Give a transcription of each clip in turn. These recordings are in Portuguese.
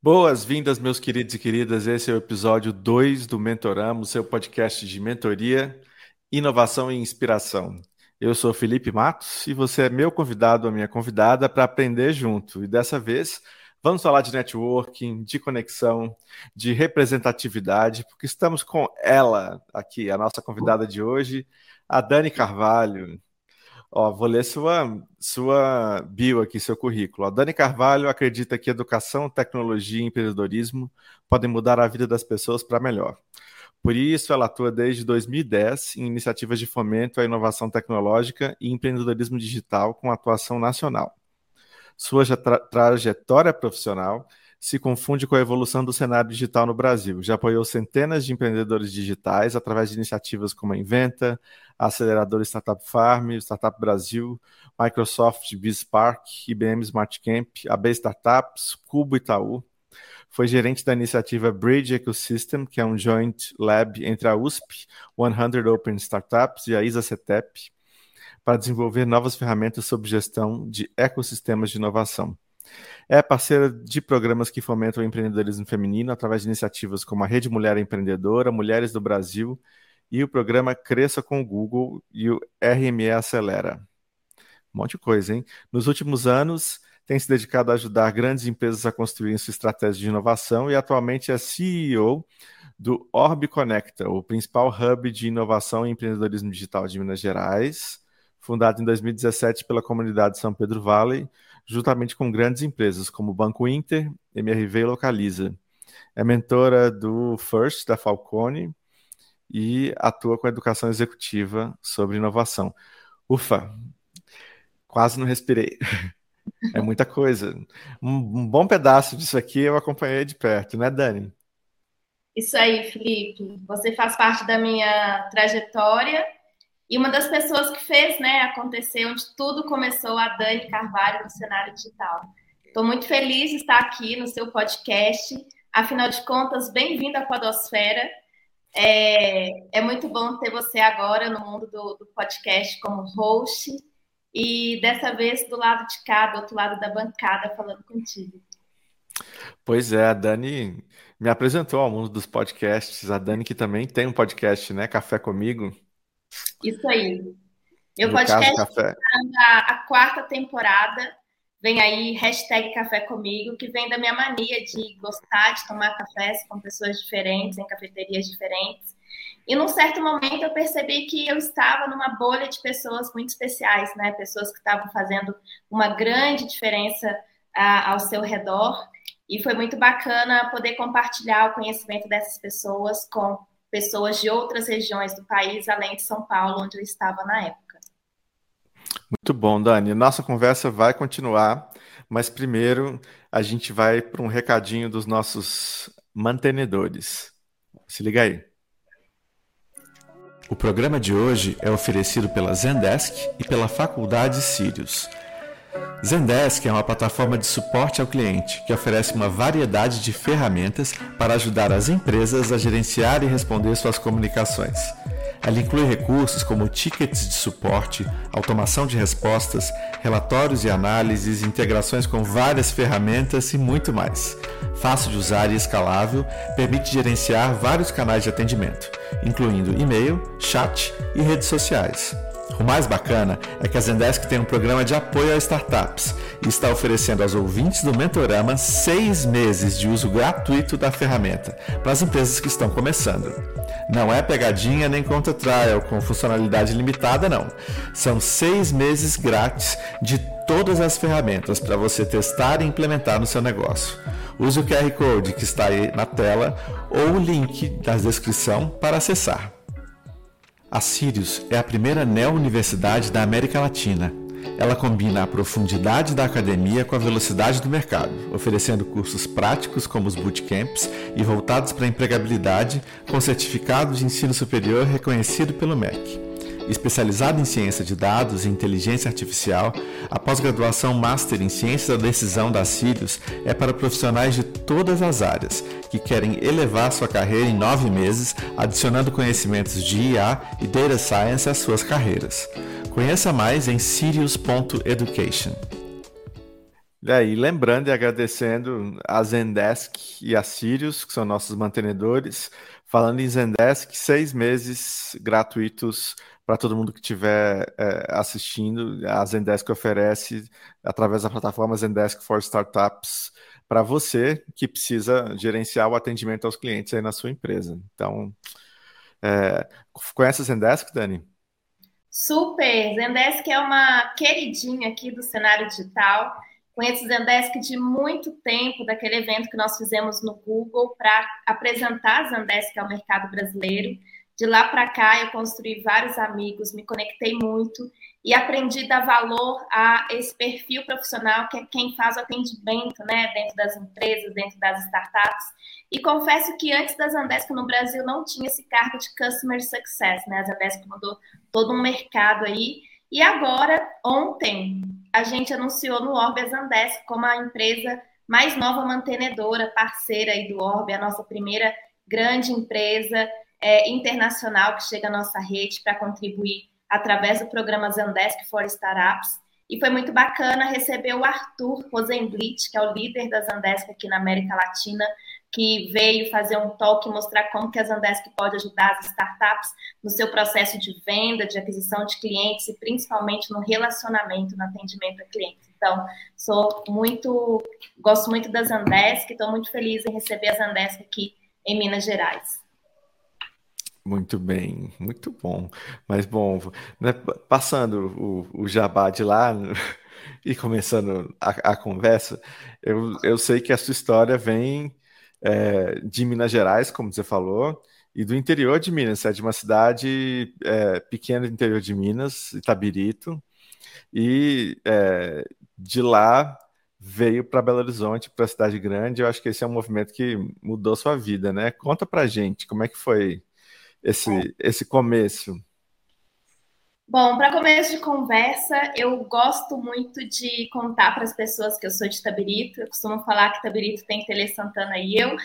Boas-vindas, meus queridos e queridas. Esse é o episódio 2 do Mentoramos, seu podcast de mentoria, inovação e inspiração. Eu sou Felipe Matos e você é meu convidado ou minha convidada para aprender junto. E dessa vez vamos falar de networking, de conexão, de representatividade, porque estamos com ela aqui, a nossa convidada de hoje, a Dani Carvalho. Ó, vou ler sua bio aqui, seu currículo. A Dani Carvalho acredita que educação, tecnologia e empreendedorismo podem mudar a vida das pessoas para melhor. Por isso, ela atua desde 2010 em iniciativas de fomento à inovação tecnológica e empreendedorismo digital com atuação nacional. Sua trajetória profissional se confunde com a evolução do cenário digital no Brasil. Já apoiou centenas de empreendedores digitais através de iniciativas como a Inventa, a aceleradora Startup Farm, Startup Brasil, Microsoft BizSpark, IBM Smart Camp, AB Startups, Cubo Itaú. Foi gerente da iniciativa Bridge Ecosystem, que é um joint lab entre a USP, 100 Open Startups e a ISA-CETEP, para desenvolver novas ferramentas sob gestão de ecossistemas de inovação. É parceira de programas que fomentam o empreendedorismo feminino através de iniciativas como a Rede Mulher Empreendedora, Mulheres do Brasil e o programa Cresça com o Google e o RME Acelera. Um monte de coisa, hein? Nos últimos anos, tem se dedicado a ajudar grandes empresas a construírem sua estratégia de inovação e atualmente é CEO do Orb Conecta, o principal hub de inovação e empreendedorismo digital de Minas Gerais, fundado em 2017 pela comunidade São Pedro Valley, juntamente com grandes empresas como Banco Inter, MRV e Localiza. É mentora do First, da Falcone, e atua com educação executiva sobre inovação. Ufa, quase não respirei. É muita coisa. Um bom pedaço disso aqui eu acompanhei de perto, né, Dani? Isso aí, Felipe. Você faz parte da minha trajetória e uma das pessoas que fez, né, acontecer onde tudo começou, a Dani Carvalho no cenário digital. Estou muito feliz de estar aqui no seu podcast. Afinal de contas, bem-vindo à Podosfera. É muito bom ter você agora no mundo do podcast como host e dessa vez do lado de cá, do outro lado da bancada, falando contigo. Pois é, a Dani me apresentou ao mundo dos podcasts. A Dani que também tem um podcast, né? Café Comigo. Isso aí. Meu No caso, podcast café. a quarta temporada. Vem aí, hashtag Café Comigo, que vem da minha mania de gostar de tomar cafés com pessoas diferentes, em cafeterias diferentes. E num certo momento eu percebi que eu estava numa bolha de pessoas muito especiais, né? Pessoas que estavam fazendo uma grande diferença ao seu redor. E foi muito bacana poder compartilhar o conhecimento dessas pessoas com pessoas de outras regiões do país, além de São Paulo, onde eu estava na época. Muito bom, Dani. Nossa conversa vai continuar, mas primeiro a gente vai para um recadinho dos nossos mantenedores. Se liga aí. O programa de hoje é oferecido pela Zendesk e pela Faculdade Sirius. Zendesk é uma plataforma de suporte ao cliente que oferece uma variedade de ferramentas para ajudar as empresas a gerenciar e responder suas comunicações. Ela inclui recursos como tickets de suporte, automação de respostas, relatórios e análises, integrações com várias ferramentas e muito mais. Fácil de usar e escalável, permite gerenciar vários canais de atendimento, incluindo e-mail, chat e redes sociais. O mais bacana é que a Zendesk tem um programa de apoio a startups e está oferecendo aos ouvintes do Mentorama 6 meses de uso gratuito da ferramenta para as empresas que estão começando. Não é pegadinha nem conta trial com funcionalidade limitada, não. São 6 meses grátis de todas as ferramentas para você testar e implementar no seu negócio. Use o QR Code que está aí na tela ou o link da descrição para acessar. A Sirius é a primeira neo-universidade da América Latina. Ela combina a profundidade da academia com a velocidade do mercado, oferecendo cursos práticos como os bootcamps e voltados para a empregabilidade, com certificado de ensino superior reconhecido pelo MEC. Especializada em ciência de dados e inteligência artificial, a pós-graduação Master em Ciência da Decisão da Sirius é para profissionais de todas as áreas que querem elevar sua carreira em 9 meses, adicionando conhecimentos de IA e Data Science às suas carreiras. Conheça mais em sirius.education. E lembrando e agradecendo a Zendesk e a Sirius, que são nossos mantenedores. Falando em Zendesk, 6 meses gratuitos para todo mundo que estiver assistindo. A Zendesk oferece, através da plataforma Zendesk for Startups, para você que precisa gerenciar o atendimento aos clientes aí na sua empresa. Então, é, conhece a Zendesk, Dani? Super! Zendesk é uma queridinha aqui do cenário digital. Conheço Zendesk de muito tempo, daquele evento que nós fizemos no Google para apresentar a Zendesk ao mercado brasileiro. De lá para cá, eu construí vários amigos, me conectei muito e aprendi a dar valor a esse perfil profissional que é quem faz o atendimento, né, dentro das empresas, dentro das startups. E confesso que antes da Zendesk no Brasil não tinha esse cargo de Customer Success, né? A Zendesk mudou todo um mercado aí. E agora, ontem, a gente anunciou no Orbe a Zendesk como a empresa mais nova mantenedora, parceira aí do Orbe, a nossa primeira grande empresa internacional que chega à nossa rede para contribuir através do programa Zendesk for Startups. E foi muito bacana receber o Arthur Rosenblit, que é o líder da Zendesk aqui na América Latina, que veio fazer um talk e mostrar como que a Zendesk pode ajudar as startups no seu processo de venda, de aquisição de clientes e principalmente no relacionamento, no atendimento a clientes. Então, gosto muito da Zendesk, estou muito feliz em receber a Zendesk aqui em Minas Gerais. Muito bem, muito bom. Mas bom, né, passando o jabá de lá e começando a conversa, eu sei que a sua história vem de Minas Gerais, como você falou, e do interior de Minas. Você é de uma cidade pequena do interior de Minas, Itabirito, e de lá veio para Belo Horizonte, para a cidade grande. Eu acho que esse é um movimento que mudou sua vida, né? Conta pra gente como é que foi esse começo. Bom, para começo de conversa, eu gosto muito de contar para as pessoas que eu sou de Itabirito. Eu costumo falar que Itabirito tem Tele Santana e eu,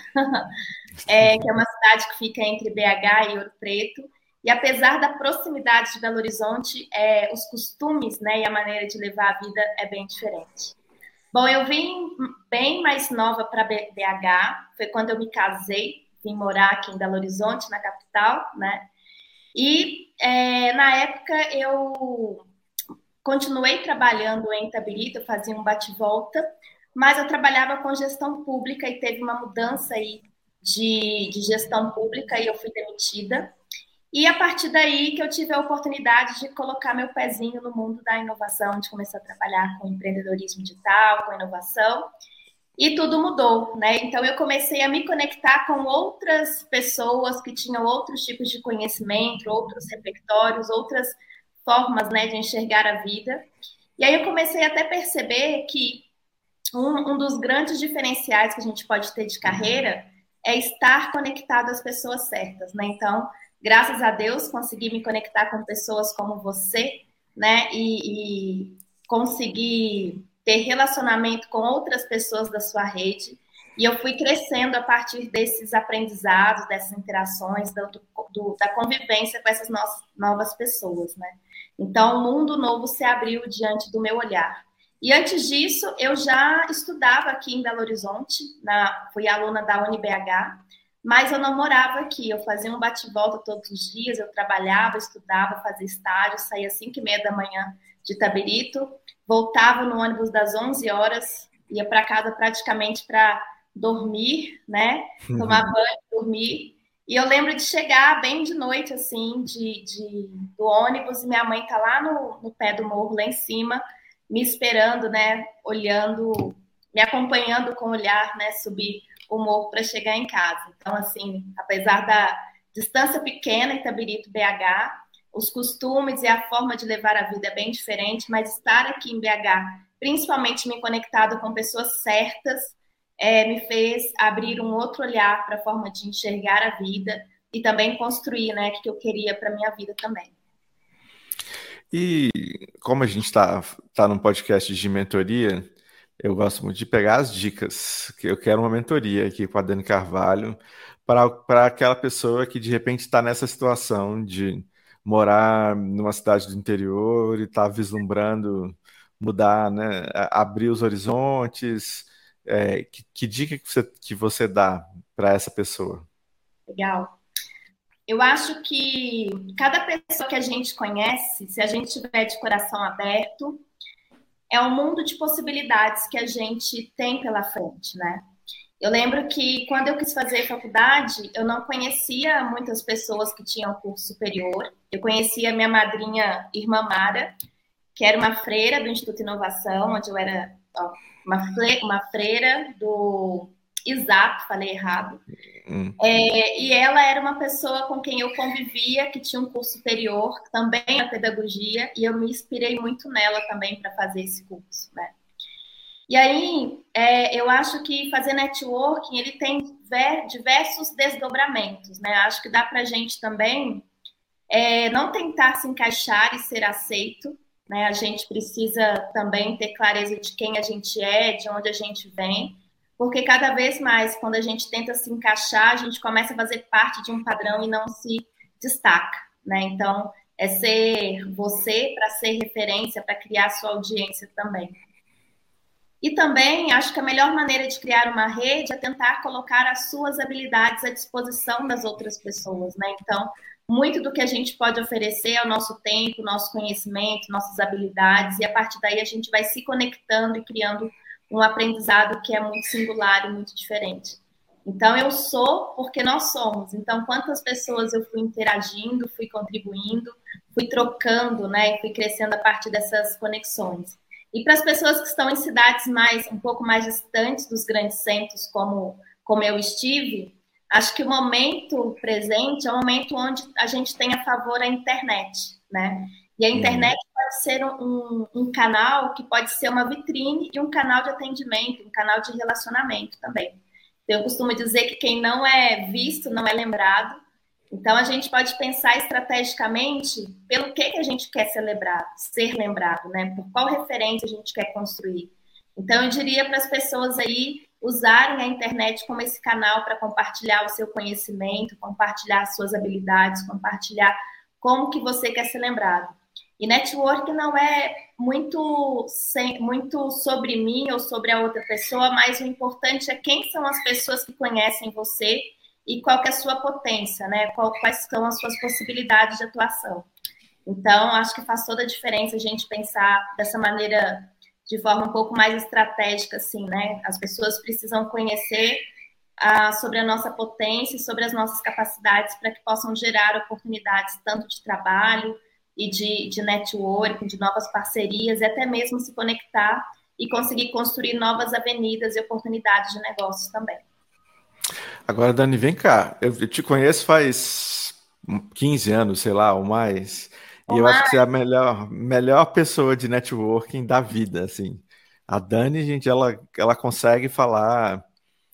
que é uma cidade que fica entre BH e Ouro Preto. E apesar da proximidade de Belo Horizonte, os costumes, né, e a maneira de levar a vida é bem diferente. Bom, eu vim bem mais nova para BH, foi quando eu me casei, vim morar aqui em Belo Horizonte, na capital, né? E na época eu continuei trabalhando em Itabirito, eu fazia um bate-volta, mas eu trabalhava com gestão pública e teve uma mudança aí de gestão pública e eu fui demitida. E a partir daí que eu tive a oportunidade de colocar meu pezinho no mundo da inovação, de começar a trabalhar com empreendedorismo digital, com inovação. E tudo mudou, né? Então eu comecei a me conectar com outras pessoas que tinham outros tipos de conhecimento, outros repertórios, outras formas, né, de enxergar a vida. E aí eu comecei até a perceber que um dos grandes diferenciais que a gente pode ter de carreira é estar conectado às pessoas certas, né? Então, graças a Deus, consegui me conectar com pessoas como você, né? E conseguir ter relacionamento com outras pessoas da sua rede. E eu fui crescendo a partir desses aprendizados, dessas interações, da convivência com essas novas pessoas, né? Então, um mundo novo se abriu diante do meu olhar. E antes disso, eu já estudava aqui em Belo Horizonte, fui aluna da UniBH, mas eu não morava aqui. Eu fazia um bate-volta todos os dias, eu trabalhava, estudava, fazia estágio, saía às 5h30 da manhã de Itabirito, voltava no ônibus das 11 horas, ia para casa praticamente para dormir, né? Tomar banho, dormir. E eu lembro de chegar bem de noite, assim, do ônibus, e minha mãe tá lá no pé do morro, lá em cima, me esperando, né? Olhando, me acompanhando com o olhar, né? Subir o morro para chegar em casa. Então, assim, apesar da distância pequena, Itabirito, BH, os costumes e a forma de levar a vida é bem diferente, mas estar aqui em BH, principalmente me conectado com pessoas certas, me fez abrir um outro olhar para a forma de enxergar a vida e também construir, né, o que eu queria para minha vida também. E como a gente tá num podcast de mentoria, eu gosto muito de pegar as dicas, que eu quero uma mentoria aqui com a Dani Carvalho, para aquela pessoa que de repente está nessa situação de morar numa cidade do interior e está vislumbrando mudar, né? Abrir os horizontes. Que dica que você dá para essa pessoa? Legal. Eu acho que cada pessoa que a gente conhece, se a gente tiver de coração aberto, é um mundo de possibilidades que a gente tem pela frente, né? Eu lembro que quando eu quis fazer faculdade, eu não conhecia muitas pessoas que tinham curso superior. Eu conhecia minha madrinha, irmã Mara, que era uma freira do Instituto Inovação, onde eu era uma freira do ISAP, falei errado. Hum. E ela era uma pessoa com quem eu convivia, que tinha um curso superior, também na pedagogia, e eu me inspirei muito nela também para fazer esse curso, né? E aí, eu acho que fazer networking, ele tem diversos desdobramentos, né? Acho que dá para a gente também não tentar se encaixar e ser aceito, né? A gente precisa também ter clareza de quem a gente é, de onde a gente vem, porque cada vez mais, quando a gente tenta se encaixar, a gente começa a fazer parte de um padrão e não se destaca, né? Então, é ser você para ser referência, para criar sua audiência também. E também acho que a melhor maneira de criar uma rede é tentar colocar as suas habilidades à disposição das outras pessoas, né? Então, muito do que a gente pode oferecer é o nosso tempo, nosso conhecimento, nossas habilidades, e a partir daí a gente vai se conectando e criando um aprendizado que é muito singular e muito diferente. Então, eu sou porque nós somos. Então, quantas pessoas eu fui interagindo, fui contribuindo, fui trocando, né? E fui crescendo a partir dessas conexões. E para as pessoas que estão em cidades um pouco mais distantes dos grandes centros, como eu estive, acho que o momento presente é um momento onde a gente tem a favor a internet, né? E a internet pode ser um canal que pode ser uma vitrine e um canal de atendimento, um canal de relacionamento também. Então, eu costumo dizer que quem não é visto não é lembrado. Então, a gente pode pensar estrategicamente pelo que a gente quer ser lembrado, né? Por qual referência a gente quer construir. Então, eu diria para as pessoas aí usarem a internet como esse canal para compartilhar o seu conhecimento, compartilhar as suas habilidades, compartilhar como que você quer ser lembrado. E network não é muito sobre mim ou sobre a outra pessoa, mas o importante é quem são as pessoas que conhecem você e qual que é a sua potência, né? Quais são as suas possibilidades de atuação. Então, acho que faz toda a diferença a gente pensar dessa maneira, de forma um pouco mais estratégica, assim, né? As pessoas precisam conhecer sobre a nossa potência e sobre as nossas capacidades para que possam gerar oportunidades tanto de trabalho e de networking, de novas parcerias, e até mesmo se conectar e conseguir construir novas avenidas e oportunidades de negócios também. Agora, Dani, vem cá. Eu te conheço faz 15 anos, sei lá, ou mais. E eu acho que você é a melhor pessoa de networking da vida, assim. A Dani, gente, ela consegue falar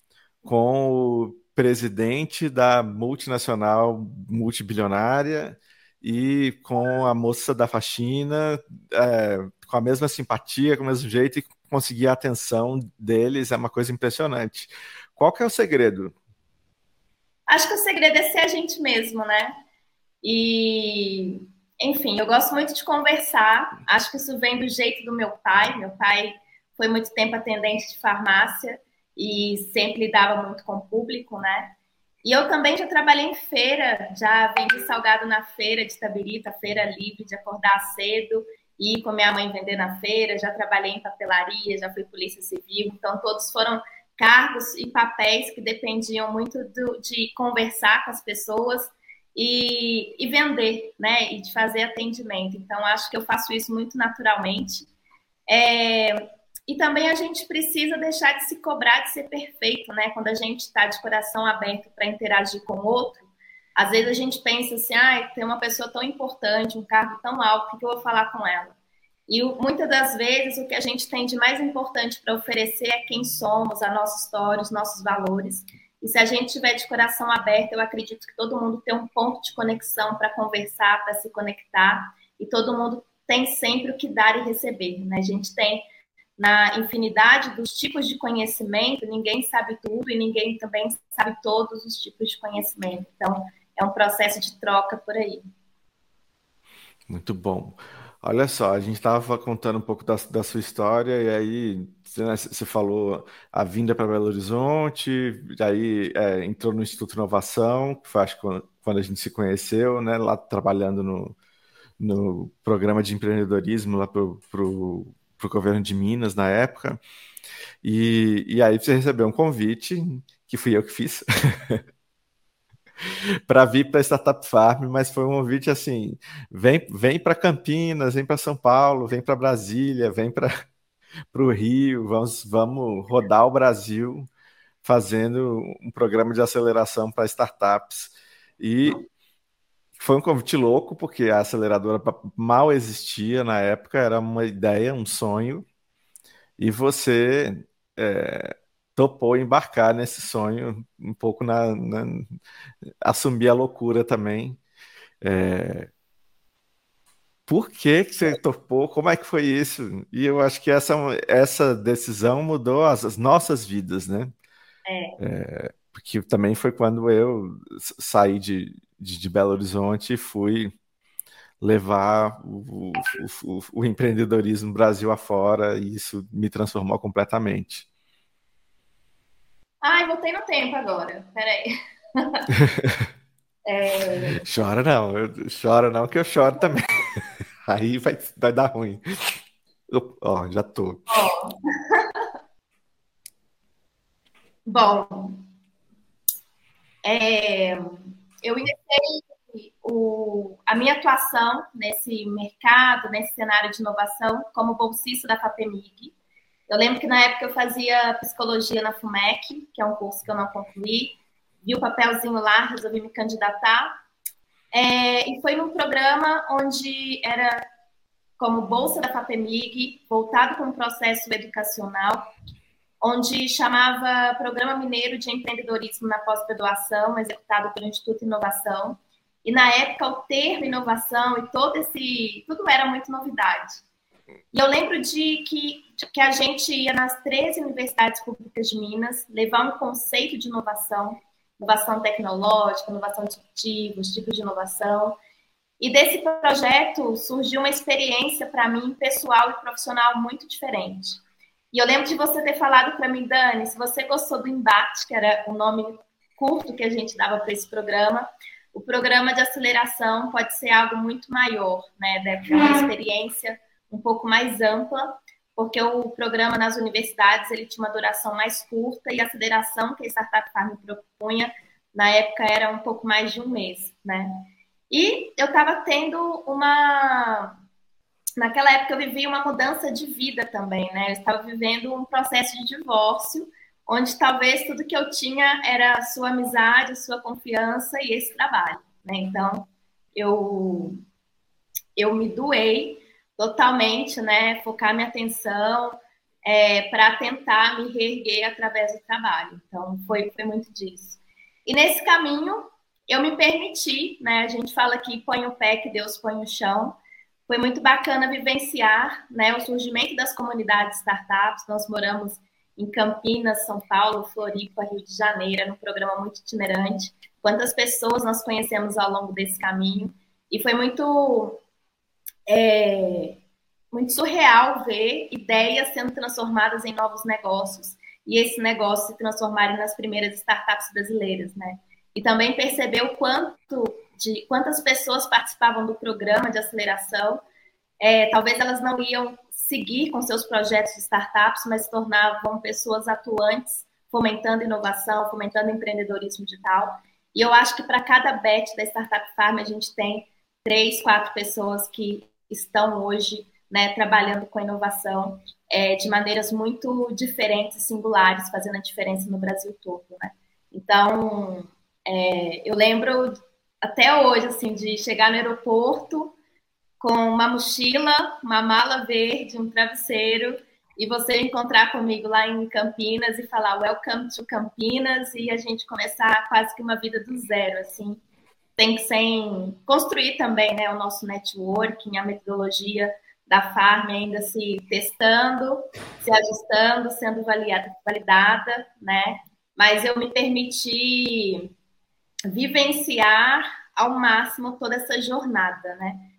com o presidente da multinacional multibilionária e com a moça da faxina, com a mesma simpatia, com o mesmo jeito, e conseguir a atenção deles é uma coisa impressionante. Qual que é o segredo? Acho que o segredo é ser a gente mesmo, né? E, enfim, eu gosto muito de conversar. Acho que isso vem do jeito do meu pai. Meu pai foi muito tempo atendente de farmácia e sempre lidava muito com o público, né? E eu também já trabalhei em feira, já vendi salgado na feira de Itabirita, feira livre, de acordar cedo e ir com minha mãe vender na feira. Já trabalhei em papelaria, já fui polícia civil. Então, todos foram cargos e papéis que dependiam muito de conversar com as pessoas e vender, né? E de fazer atendimento. Então, acho que eu faço isso muito naturalmente. E também a gente precisa deixar de se cobrar de ser perfeito, né? Quando a gente está de coração aberto para interagir com o outro, às vezes a gente pensa assim, tem uma pessoa tão importante, um cargo tão alto, o que eu vou falar com ela? E muitas das vezes o que a gente tem de mais importante para oferecer é quem somos, a nossa história, os nossos valores. E se a gente tiver de coração aberto, eu acredito que todo mundo tem um ponto de conexão para conversar, para se conectar, e todo mundo tem sempre o que dar e receber, né? A gente tem na infinidade dos tipos de conhecimento, ninguém sabe tudo e ninguém também sabe todos os tipos de conhecimento. Então, é um processo de troca por aí. Muito bom. Olha só, a gente estava contando um pouco da sua história, e aí né, você falou a vinda para Belo Horizonte, e aí entrou no Instituto Inovação, que foi acho que quando a gente se conheceu, né, lá trabalhando no programa de empreendedorismo lá pro governo de Minas na época. E aí você recebeu um convite, que fui eu que fiz, para vir para a Startup Farm, mas foi um convite assim: vem para Campinas, vem para São Paulo, vem para Brasília, vem para o Rio, vamos rodar o Brasil fazendo um programa de aceleração para startups. E foi um convite louco, porque a aceleradora mal existia na época, era uma ideia, um sonho, e você topou embarcar nesse sonho, um pouco assumir a loucura também. É, por que que você topou? Como é que foi isso? E eu acho que essa decisão mudou as nossas vidas, né? É. Porque também foi quando eu saí de Belo Horizonte e fui levar o empreendedorismo Brasil afora, e isso me transformou completamente. Ai, voltei no tempo agora. Peraí. Chora não, que eu choro também. Aí vai dar ruim. Ó, já tô. Ó, bom, é, eu iniciei a minha atuação nesse mercado, nesse cenário de inovação, como bolsista da FAPEMIG. Eu lembro que na época eu fazia psicologia na FUMEC, que é um curso que eu não concluí, vi o papelzinho lá, resolvi me candidatar. E foi num programa onde era como bolsa da FAPEMIG, voltado para um processo educacional, onde chamava Programa Mineiro de Empreendedorismo na Pós-Graduação, executado pelo Instituto Inovação. E na época o termo inovação e tudo era muito novidade. E eu lembro que a gente ia nas 13 universidades públicas de Minas levar um conceito de inovação, inovação tecnológica, inovação disruptiva, os tipos de inovação. E desse projeto surgiu uma experiência para mim pessoal e profissional muito diferente. E eu lembro de você ter falado para mim, Dani, se você gostou do Embate, que era o nome curto que a gente dava para esse programa, o programa de aceleração pode ser algo muito maior, né? Deve ter uma experiência um pouco mais ampla, porque o programa nas universidades ele tinha uma duração mais curta e a aceleração que a Startup Farm propunha na época era um pouco mais de um mês, né? E eu estava tendo uma. Naquela época eu vivia uma mudança de vida também, né? Eu estava vivendo um processo de divórcio, onde talvez tudo que eu tinha era a sua amizade, a sua confiança e esse trabalho, né? Então eu, eu me doei totalmente, né? Focar minha atenção para tentar me reerguer através do trabalho. Então foi muito disso. E nesse caminho eu me permiti, né? A gente fala que põe o pé que Deus põe o chão. Foi muito bacana vivenciar, né, o surgimento das comunidades startups. Nós moramos em Campinas, São Paulo, Floripa, Rio de Janeiro, num programa muito itinerante. Quantas pessoas nós conhecemos ao longo desse caminho. E foi muito surreal ver ideias sendo transformadas em novos negócios e esse negócio se transformarem nas primeiras startups brasileiras, né? E também perceber o quantas pessoas participavam do programa de aceleração. Talvez elas não iam seguir com seus projetos de startups, mas se tornavam pessoas atuantes, fomentando inovação, fomentando empreendedorismo digital. E eu acho que para cada batch da Startup Farm a gente tem 3, 4 pessoas que estão hoje, né, trabalhando com inovação de maneiras muito diferentes e singulares, fazendo a diferença no Brasil todo, né? Então, eu lembro até hoje, assim, de chegar no aeroporto com uma mochila, uma mala verde, um travesseiro, e você encontrar comigo lá em Campinas e falar Welcome to Campinas, e a gente começar quase que uma vida do zero, assim. Tem que construir também, né, o nosso networking, a metodologia da Farm ainda se testando, se ajustando, sendo validada, né? Mas eu me permiti vivenciar ao máximo toda essa jornada, né?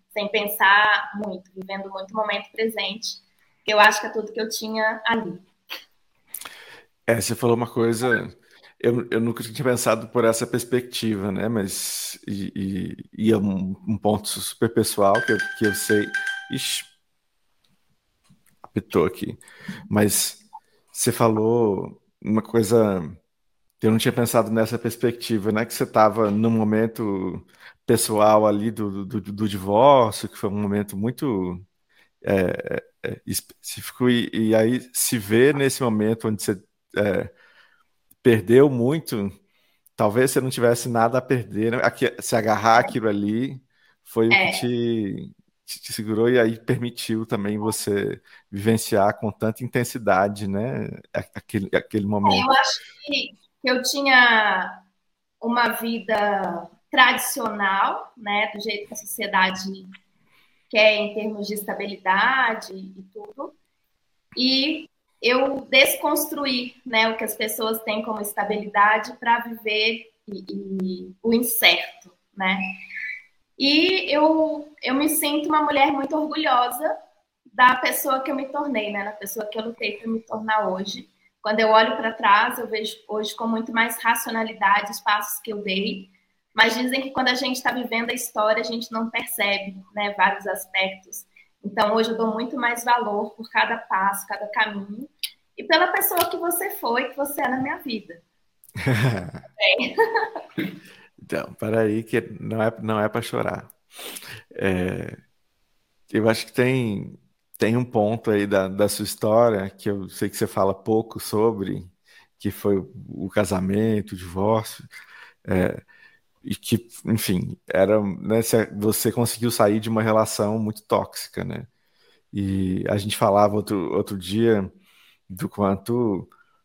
sem pensar muito, vivendo muito o momento presente, que eu acho que é tudo que eu tinha ali. Você falou uma coisa, eu nunca tinha pensado por essa perspectiva, né? Mas e é um ponto super pessoal que eu sei. Ixi, apitou aqui. Mas você falou uma coisa que eu não tinha pensado nessa perspectiva, né? Que você estava num momento pessoal ali do divórcio, que foi um momento muito específico, e aí se vê nesse momento onde você é, perdeu muito. Talvez você não tivesse nada a perder, né? Se agarrar aquilo ali foi o que É, te segurou e aí permitiu também você vivenciar com tanta intensidade, né? Aquele eu momento. acho que eu tinha uma vida tradicional, né, do jeito que a sociedade quer em termos de estabilidade e tudo, e eu desconstruí, né, o que as pessoas têm como estabilidade para viver o incerto, né? E eu me sinto uma mulher muito orgulhosa da pessoa que eu me tornei, né? Da pessoa que eu lutei para me tornar hoje. Quando eu olho para trás, eu vejo hoje com muito mais racionalidade os passos que eu dei. Mas dizem que quando a gente está vivendo a história, a gente não percebe, né, vários aspectos. Então, hoje eu dou muito mais valor por cada passo, cada caminho, e pela pessoa que você foi, que você é na minha vida. Então, peraí, que não é para chorar. É, eu acho que tem um ponto aí da sua história que eu sei que você fala pouco sobre, que foi o casamento, o divórcio. É, e que, enfim, era, né, você conseguiu sair de uma relação muito tóxica, né? E a gente falava outro dia do quanto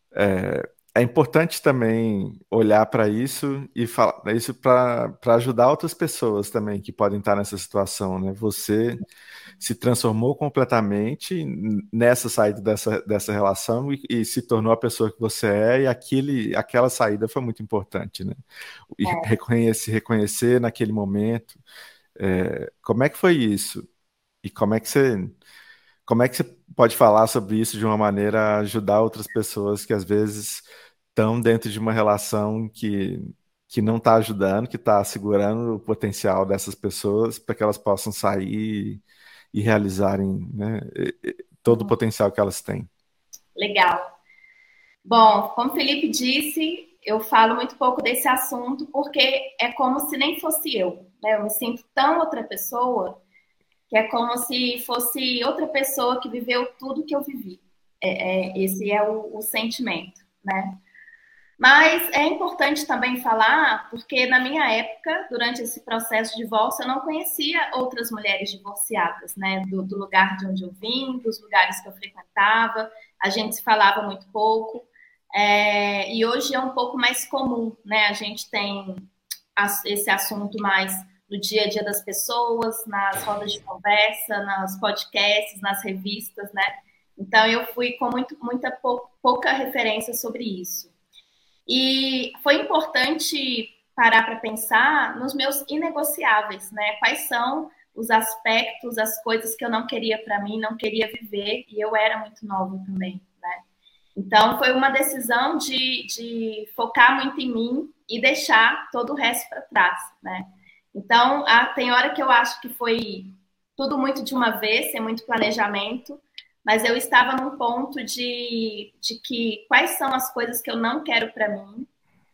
é importante também olhar para isso e falar isso para ajudar outras pessoas também que podem estar nessa situação, né? Você se transformou completamente nessa saída dessa relação e se tornou a pessoa que você é, e aquela saída foi muito importante, né? E É. reconhecer naquele momento. Como é que foi isso? E como é que você pode falar sobre isso de uma maneira a ajudar outras pessoas que às vezes estão dentro de uma relação que não está ajudando, que está segurando o potencial dessas pessoas para que elas possam sair e realizarem, né, todo o potencial que elas têm? Legal. Bom, como o Felipe disse, eu falo muito pouco desse assunto porque é como se nem fosse eu, né? Eu me sinto tão outra pessoa que é como se fosse outra pessoa que viveu tudo que eu vivi. Esse é o sentimento, né? Mas é importante também falar, porque na minha época, durante esse processo de divórcio, eu não conhecia outras mulheres divorciadas, né? Do lugar de onde eu vim, dos lugares que eu frequentava, a gente se falava muito pouco. E hoje é um pouco mais comum, né? A gente tem esse assunto mais no dia a dia das pessoas, nas rodas de conversa, nos podcasts, nas revistas, né? Então eu fui com muita pouca referência sobre isso. E foi importante parar para pensar nos meus inegociáveis, né? Quais são os aspectos, as coisas que eu não queria para mim, não queria viver, e eu era muito nova também, né? Então, foi uma decisão de focar muito em mim e deixar todo o resto para trás, né? Então, tem hora que eu acho que foi tudo muito de uma vez, sem muito planejamento, mas eu estava num ponto de que quais são as coisas que eu não quero para mim,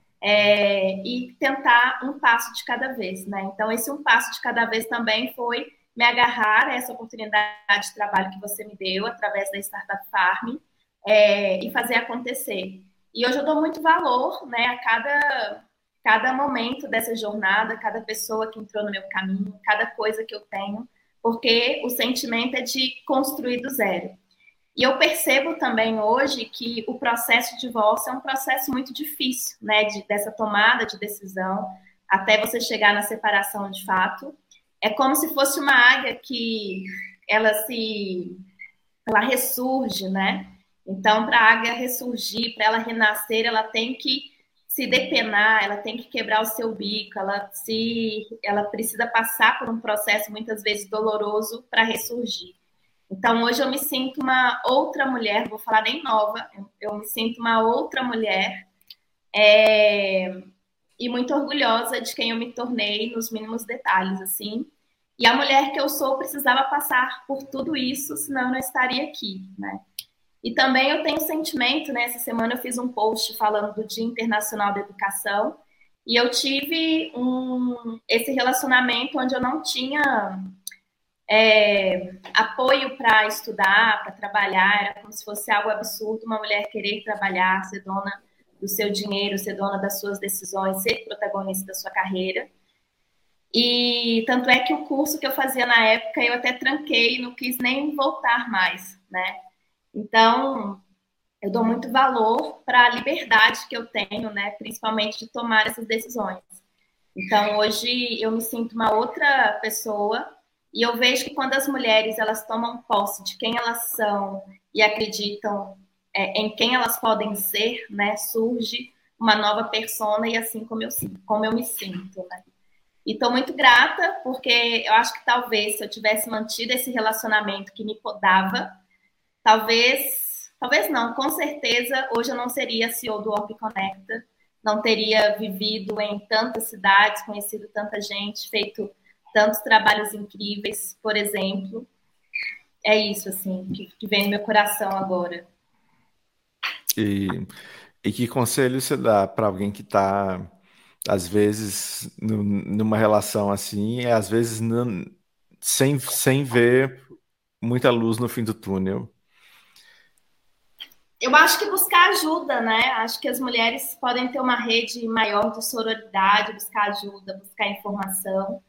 e tentar um passo de cada vez, né? Então, esse um passo de cada vez também foi me agarrar a essa oportunidade de trabalho que você me deu através da Startup Farm, e fazer acontecer. E hoje eu dou muito valor, né, a cada momento dessa jornada, cada pessoa que entrou no meu caminho, cada coisa que eu tenho, porque o sentimento é de construir do zero. E eu percebo também hoje que o processo de divórcio é um processo muito difícil, né, dessa tomada de decisão até você chegar na separação de fato. É como se fosse uma águia que ela ela ressurge, né? Então, para a águia ressurgir, para ela renascer, ela tem que se depenar, ela tem que quebrar o seu bico, ela precisa passar por um processo muitas vezes doloroso para ressurgir. Então, hoje eu me sinto uma outra mulher, vou falar nem nova, eu me sinto uma outra mulher, e muito orgulhosa de quem eu me tornei nos mínimos detalhes, assim. E a mulher que eu sou precisava passar por tudo isso, senão eu não estaria aqui, né? E também eu tenho sentimento, né? Essa semana eu fiz um post falando do Dia Internacional da Educação e eu tive esse relacionamento onde eu não tinha apoio para estudar, para trabalhar, era como se fosse algo absurdo uma mulher querer trabalhar, ser dona do seu dinheiro, ser dona das suas decisões, ser protagonista da sua carreira. E tanto é que o curso que eu fazia na época eu até tranquei, não quis nem voltar mais, né? Então, eu dou muito valor para a liberdade que eu tenho, né? Principalmente de tomar essas decisões. Então, hoje eu me sinto uma outra pessoa e eu vejo que quando as mulheres elas tomam posse de quem elas são e acreditam em quem elas podem ser, né? Surge uma nova persona e assim como eu me sinto, né? E estou muito grata porque eu acho que talvez se eu tivesse mantido esse relacionamento que me podava, talvez não, com certeza hoje eu não seria CEO do Orb Conecta, não teria vivido em tantas cidades, conhecido tanta gente, feito tantos trabalhos incríveis, por exemplo. É isso, assim, que vem no meu coração agora. E, e que conselho você dá para alguém que está, às vezes, numa relação assim, e às vezes sem ver muita luz no fim do túnel? Eu acho que buscar ajuda, né? Acho que as mulheres podem ter uma rede maior de sororidade, buscar ajuda, buscar informação.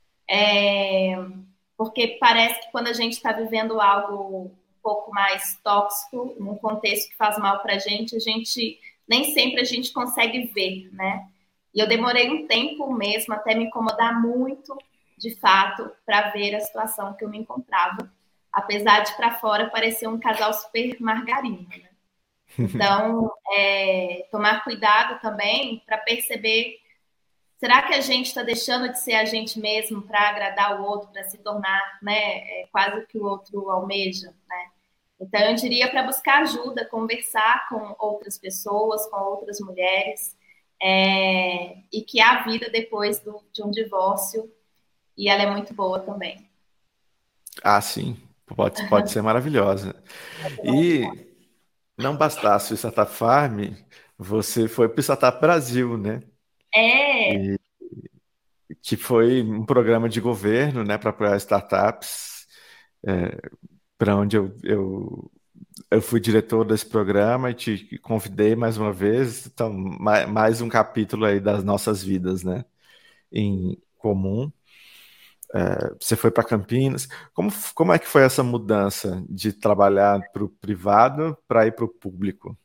Porque parece que quando a gente está vivendo algo um pouco mais tóxico, num contexto que faz mal para a gente nem sempre a gente consegue ver, né? E eu demorei um tempo mesmo até me incomodar muito, de fato, para ver a situação que eu me encontrava, apesar de para fora parecer um casal super margarina, né? Então, tomar cuidado também para perceber, será que a gente está deixando de ser a gente mesmo para agradar o outro, para se tornar, né, quase o que o outro almeja, né? Então, eu diria para buscar ajuda, conversar com outras pessoas, com outras mulheres, e que há vida depois de um divórcio, e ela é muito boa também. Ah, sim, pode ser maravilhosa. E não bastasse o Startup Farm, você foi para o Startup Brasil, né? É, E que foi um programa de governo, né, para apoiar startups, para onde eu fui diretor desse programa e te convidei mais uma vez. Então, mais um capítulo aí das nossas vidas, né, em comum. Você foi para Campinas. Como é que foi essa mudança de trabalhar para o privado para ir para o público?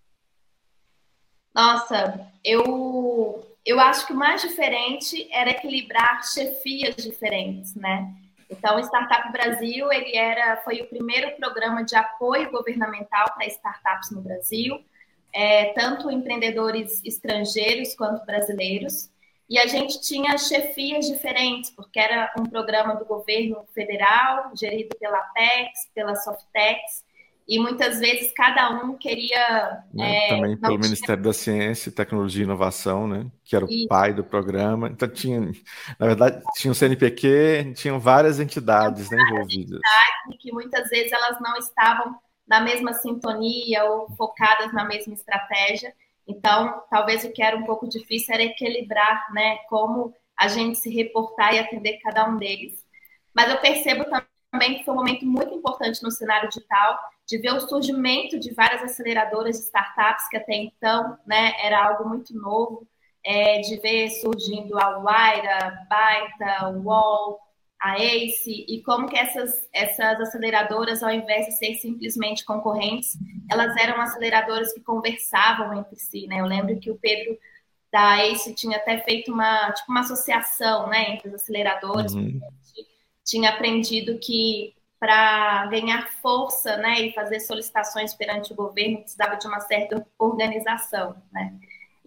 nossa, eu acho que o mais diferente era equilibrar chefias diferentes, né? Então, o Startup Brasil foi o primeiro programa de apoio governamental para startups no Brasil, tanto empreendedores estrangeiros quanto brasileiros. E a gente tinha chefias diferentes, porque era um programa do governo federal, gerido pela Apex, pela Softex, e muitas vezes cada um queria, Né? Também não pelo tinha. Ministério da Ciência, Tecnologia e Inovação, né? Que era o pai do programa. Então na verdade, tinha o CNPq, tinham várias entidades, né, envolvidas. E que muitas vezes elas não estavam na mesma sintonia ou focadas na mesma estratégia. Então, talvez o que era um pouco difícil era equilibrar, né, como a gente se reportar e atender cada um deles. Mas eu percebo também que foi um momento muito importante no cenário digital, de ver o surgimento de várias aceleradoras de startups que até então, né, era algo muito novo, de ver surgindo a Wayra, Baita, Wall, a ACE, e como que essas aceleradoras, ao invés de ser simplesmente concorrentes, elas eram aceleradoras que conversavam entre si, né? Eu lembro que o Pedro da ACE tinha até feito uma associação, né, entre as aceleradoras, Uhum. tinha aprendido que para ganhar força, né, e fazer solicitações perante o governo precisava de uma certa organização, né?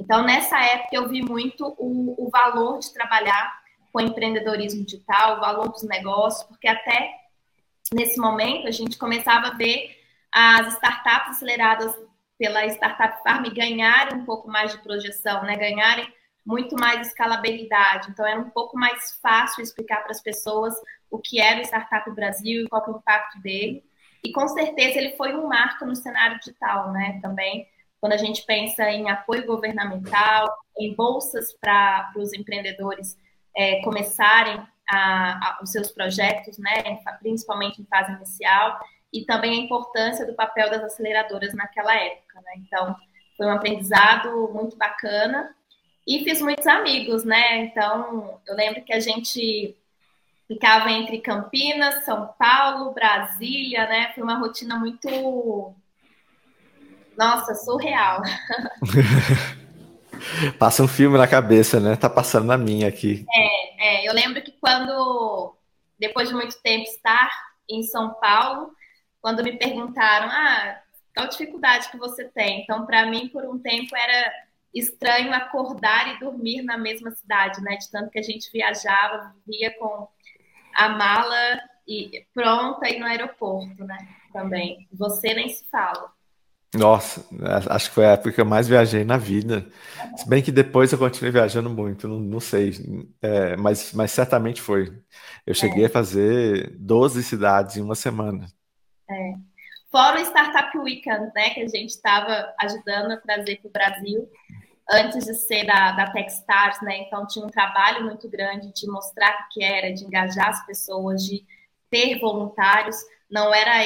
Então, nessa época, eu vi muito o valor de trabalhar com empreendedorismo digital, o valor dos negócios, porque até nesse momento a gente começava a ver as startups aceleradas pela Startup Farm ganharem um pouco mais de projeção, né? Ganharem muito mais escalabilidade. Então, era um pouco mais fácil explicar para as pessoas o que era o Startup Brasil e qual é o impacto dele. E, com certeza, ele foi um marco no cenário digital, né? Também, quando a gente pensa em apoio governamental, em bolsas para os empreendedores começarem os seus projetos, né? Principalmente em fase inicial, e também a importância do papel das aceleradoras naquela época, né? Então, foi um aprendizado muito bacana e fiz muitos amigos, né? Então, eu lembro que a gente ficava entre Campinas, São Paulo, Brasília, né? Foi uma rotina muito, nossa, surreal. Passa um filme na cabeça, né? Tá passando na minha aqui. Eu lembro que quando, depois de muito tempo estar em São Paulo, quando me perguntaram, qual dificuldade que você tem? Então, para mim, por um tempo, era estranho acordar e dormir na mesma cidade, né? De tanto que a gente viajava, vivia com a mala pronta e no aeroporto, né? Também. Você nem se fala. Nossa, acho que foi a época que eu mais viajei na vida. Se bem que depois eu continuei viajando muito, não sei, mas certamente foi. Eu cheguei a fazer 12 cidades em uma semana. Fora o Startup Weekend, né? Que a gente estava ajudando a trazer para o Brasil. Antes de ser da Techstars, né? Então tinha um trabalho muito grande de mostrar o que era, de engajar as pessoas, de ter voluntários. Não era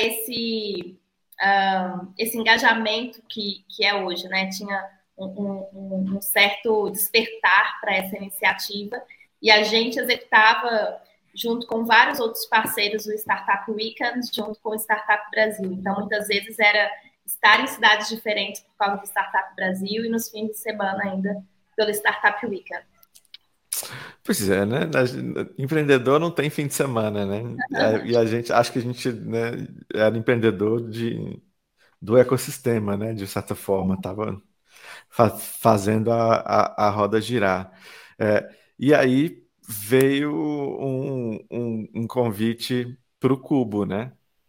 esse engajamento que é hoje, né? Tinha um certo despertar para essa iniciativa e a gente executava junto com vários outros parceiros o Startup Weekend, junto com o Startup Brasil. Então, muitas vezes era estar em cidades diferentes por causa do Startup Brasil e nos fins de semana ainda pelo Startup Weekend. Pois é, né? Empreendedor não tem fim de semana, né? E a gente, acho que a gente, né, era empreendedor do ecossistema, né? De certa forma, estava fazendo a roda girar. E aí veio um convite para o Cubo, né?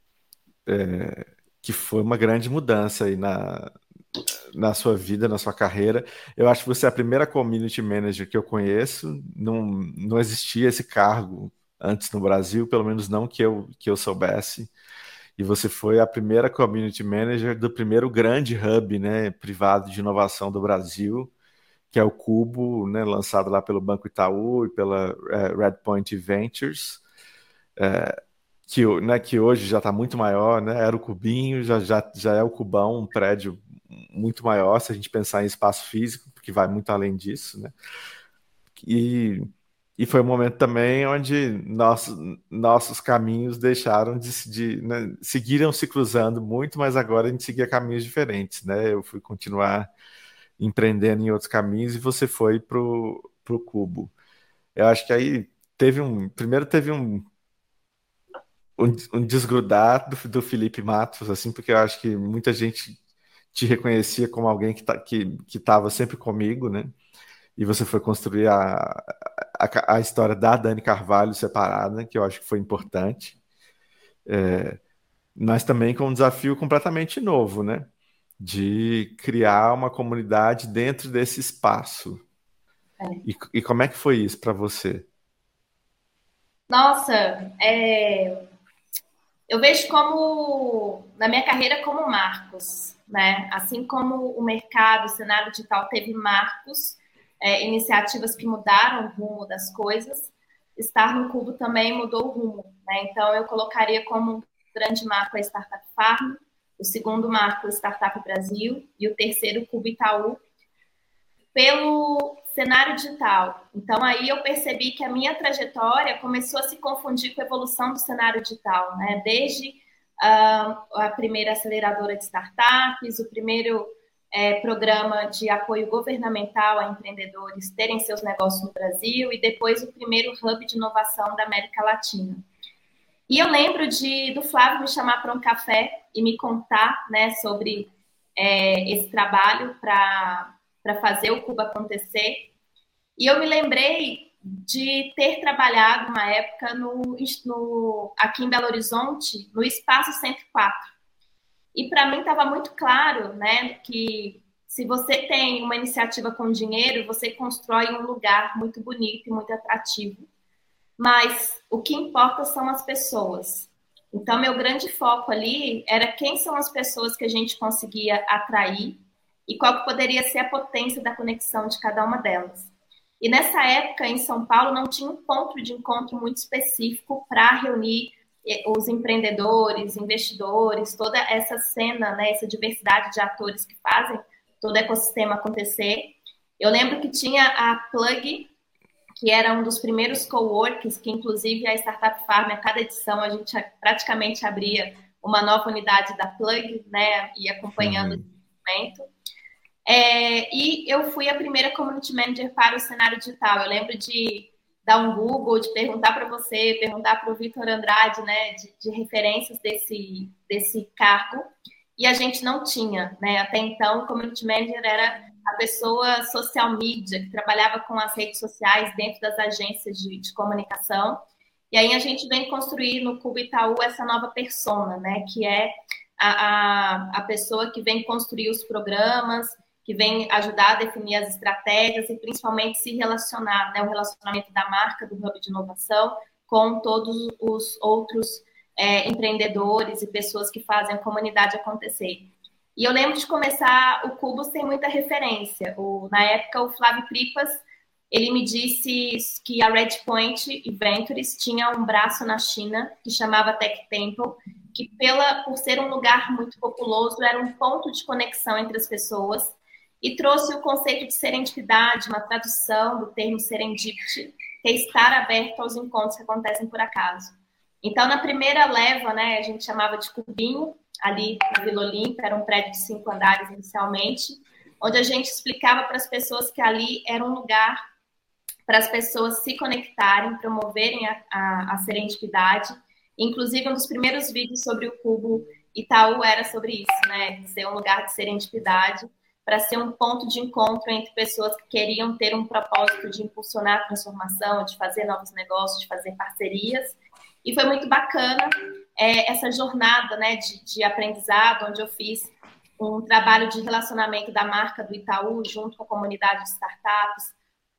Que foi uma grande mudança aí na sua vida, na sua carreira. Eu acho que você é a primeira community manager que eu conheço. Não existia esse cargo antes no Brasil, pelo menos não que eu soubesse. E você foi a primeira community manager do primeiro grande hub, né, privado de inovação do Brasil, que é o Cubo, né, lançado lá pelo Banco Itaú e pela Redpoint Ventures, que hoje já está muito maior, né? Era o Cubinho, já é o Cubão, um prédio muito maior, se a gente pensar em espaço físico, porque vai muito além disso, né? E, e foi um momento também onde nossos caminhos deixaram né, seguiram se cruzando muito, mas agora a gente seguia caminhos diferentes, né? Eu fui continuar empreendendo em outros caminhos e você foi pro Cubo. Eu acho que aí primeiro teve um desgrudar do Felipe Matos, assim, porque eu acho que muita gente te reconhecia como alguém que estava sempre comigo, né? E você foi construir a história da Dani Carvalho separada, que eu acho que foi importante, mas também com um desafio completamente novo, né? De criar uma comunidade dentro desse espaço. E como é que foi isso para você? Nossa, eu vejo como, na minha carreira, como marcos, né? Assim como o mercado, o cenário digital teve marcos, iniciativas que mudaram o rumo das coisas, estar no Cubo também mudou o rumo, né? Então, eu colocaria como um grande marco a Startup Farm, o segundo marco, o Startup Brasil, e o terceiro, o Cubo Itaú, pelo cenário digital. Então, aí eu percebi que a minha trajetória começou a se confundir com a evolução do cenário digital, né? Desde a primeira aceleradora de startups, o primeiro programa de apoio governamental a empreendedores terem seus negócios no Brasil e depois o primeiro hub de inovação da América Latina. E eu lembro do Flávio me chamar para um café e me contar, né, sobre esse trabalho para para fazer o Cubo acontecer. E eu me lembrei de ter trabalhado uma época aqui em Belo Horizonte, no Espaço 104. E para mim estava muito claro, né, que se você tem uma iniciativa com dinheiro, você constrói um lugar muito bonito e muito atrativo. Mas o que importa são as pessoas. Então, meu grande foco ali era quem são as pessoas que a gente conseguia atrair e qual que poderia ser a potência da conexão de cada uma delas. E nessa época, em São Paulo, não tinha um ponto de encontro muito específico para reunir os empreendedores, investidores, toda essa cena, né, essa diversidade de atores que fazem todo o ecossistema acontecer. Eu lembro que tinha a Plug, que era um dos primeiros coworks, que inclusive a Startup Farm, a cada edição, a gente praticamente abria uma nova unidade da Plug, né, e acompanhando esse movimento. E eu fui a primeira community manager para o cenário digital. Eu lembro de dar um Google, de perguntar para você, perguntar para o Vitor Andrade, né, de referências desse cargo, e a gente não tinha, né? Até então, o community manager era a pessoa social media, que trabalhava com as redes sociais dentro das agências de comunicação. E aí a gente vem construir no Cubo Itaú essa nova persona, né? Que é a pessoa que vem construir os programas, que vem ajudar a definir as estratégias e principalmente se relacionar, né? O relacionamento da marca, do Hub de Inovação, com todos os outros empreendedores e pessoas que fazem a comunidade acontecer. E eu lembro de começar o Cubo sem muita referência. Na época, o Flávio Pripas, ele me disse que a Redpoint Ventures tinha um braço na China que chamava Tech Temple, que por ser um lugar muito populoso, era um ponto de conexão entre as pessoas e trouxe o conceito de serendipidade, uma tradução do termo serendipity, que é estar aberto aos encontros que acontecem por acaso. Então, na primeira leva, né, a gente chamava de Cubinho, ali na Vila Olímpia, era um prédio de 5 andares inicialmente, onde a gente explicava para as pessoas que ali era um lugar para as pessoas se conectarem, promoverem a serendipidade. Inclusive, um dos primeiros vídeos sobre o Cubo Itaú era sobre isso, né, ser um lugar de serendipidade, para ser um ponto de encontro entre pessoas que queriam ter um propósito de impulsionar a transformação, de fazer novos negócios, de fazer parcerias. E foi muito bacana essa jornada, né, de aprendizado, onde eu fiz um trabalho de relacionamento da marca do Itaú junto com a comunidade de startups,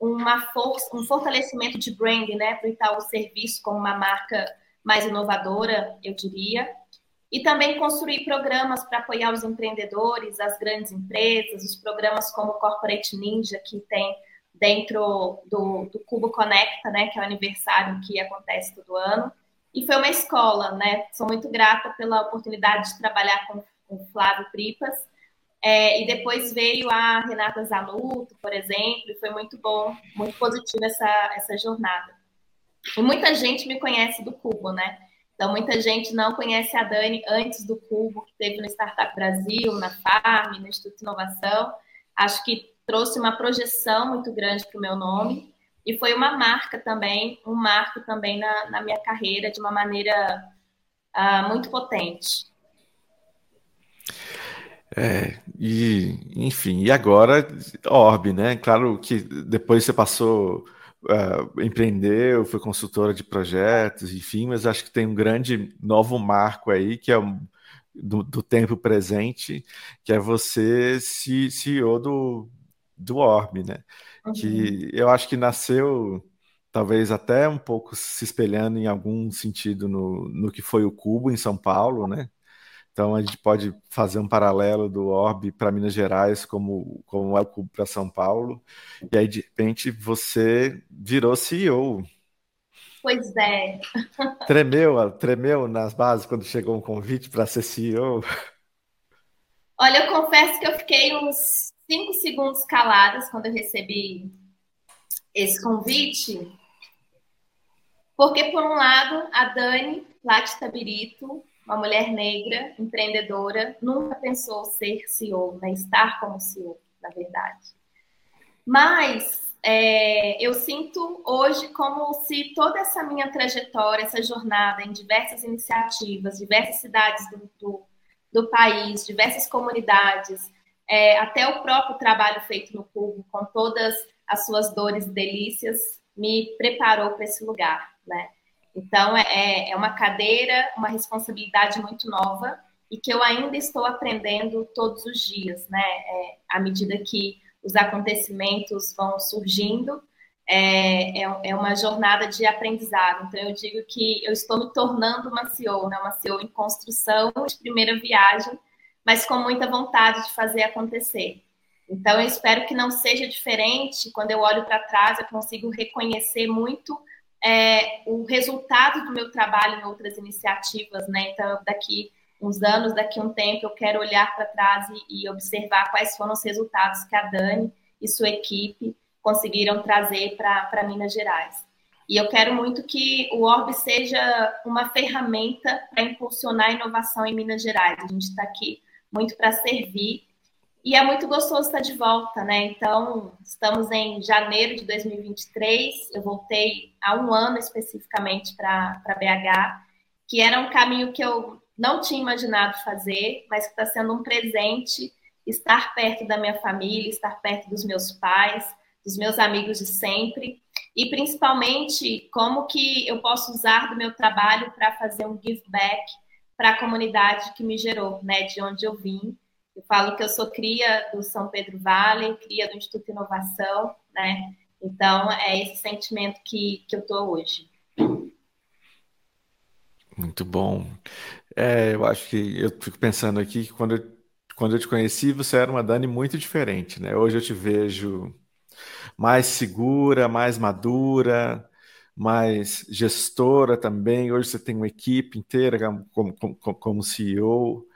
um fortalecimento de branding, né, para o Itaú ser visto como uma marca mais inovadora, eu diria. E também construir programas para apoiar os empreendedores, as grandes empresas, os programas como o Corporate Ninja, que tem dentro do Cubo Conecta, né, que é o aniversário que acontece todo ano. E foi uma escola, né? Sou muito grata pela oportunidade de trabalhar com o Flávio Pripas. E depois veio a Renata Zanuto, por exemplo, e foi muito bom, muito positivo essa jornada. E muita gente me conhece do Cubo, né? Então, muita gente não conhece a Dani antes do Cubo, que teve no Startup Brasil, na Farm, no Instituto de Inovação. Acho que trouxe uma projeção muito grande para o meu nome. E foi uma marca também, um marco também na minha carreira, de uma maneira muito potente. Enfim, e agora, Orb, né? Claro que depois você passou, empreendeu, foi consultora de projetos, enfim, mas acho que tem um grande novo marco aí, que é do tempo presente, que é você CEO do Orb, né? Que eu acho que nasceu talvez até um pouco se espelhando em algum sentido no que foi o Cubo em São Paulo, né? Então a gente pode fazer um paralelo do Orb para Minas Gerais como é o Cubo para São Paulo, e aí de repente você virou CEO. Pois é. Tremeu nas bases quando chegou um convite para ser CEO? Olha, eu confesso que eu fiquei uns 5 segundos caladas quando eu recebi esse convite, porque, por um lado, a Dani Plat Tabirito, uma mulher negra, empreendedora, nunca pensou ser CEO, né? Estar como CEO, na verdade. Mas eu sinto hoje como se toda essa minha trajetória, essa jornada em diversas iniciativas, diversas cidades do país, diversas comunidades, até o próprio trabalho feito no Cubo, com todas as suas dores e delícias, me preparou para esse lugar, né? Então, é uma cadeira, uma responsabilidade muito nova e que eu ainda estou aprendendo todos os dias, né? À medida que os acontecimentos vão surgindo, é uma jornada de aprendizado. Então, eu digo que eu estou me tornando uma CEO, né? Uma CEO em construção de primeira viagem, mas com muita vontade de fazer acontecer. Então, eu espero que não seja diferente. Quando eu olho para trás, eu consigo reconhecer muito o resultado do meu trabalho em outras iniciativas, né? Então, daqui uns anos, daqui um tempo, eu quero olhar para trás e observar quais foram os resultados que a Dani e sua equipe conseguiram trazer para Minas Gerais. E eu quero muito que o Orb seja uma ferramenta para impulsionar a inovação em Minas Gerais. A gente está aqui muito para servir e é muito gostoso estar de volta, né? Então, estamos em janeiro de 2023, eu voltei há um ano especificamente para BH, que era um caminho que eu não tinha imaginado fazer, mas que está sendo um presente estar perto da minha família, estar perto dos meus pais, dos meus amigos de sempre, e principalmente como que eu posso usar do meu trabalho para fazer um give back para a comunidade que me gerou, né? De onde eu vim. Eu falo que eu sou cria do São Pedro Vale, cria do Instituto Inovação, né? Então, é esse sentimento que eu estou hoje. Muito bom. Eu acho que eu fico pensando aqui que quando eu te conheci, você era uma Dani muito diferente, né? Hoje eu te vejo mais segura, mais madura, mais gestora também. Hoje você tem uma equipe inteira como CEO.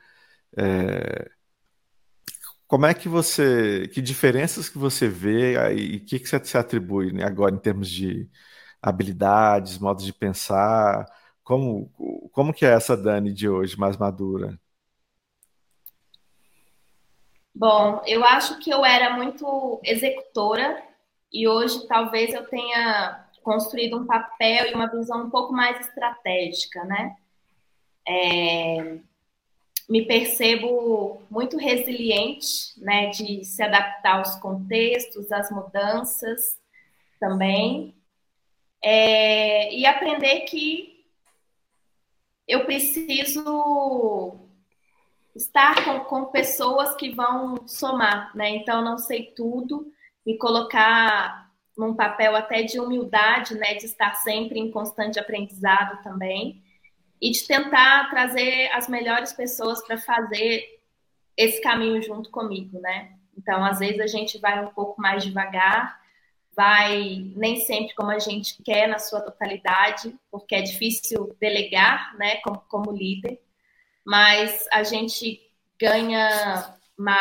Como é que que diferenças que você vê aí, e o que que você se atribui, né, agora em termos de habilidades, modos de pensar? Como, como que é essa Dani de hoje, mais madura? Bom, eu acho que eu era muito executora e hoje talvez eu tenha construído um papel e uma visão um pouco mais estratégica, né? Me percebo muito resiliente, né, de se adaptar aos contextos, às mudanças também, e aprender que eu preciso estar com pessoas que vão somar, né? Então, não sei tudo, me colocar num papel até de humildade, né? De estar sempre em constante aprendizado também e de tentar trazer as melhores pessoas para fazer esse caminho junto comigo, né? Então, às vezes a gente vai um pouco mais devagar, vai nem sempre como a gente quer na sua totalidade, porque é difícil delegar, né? Como líder, mas a gente ganha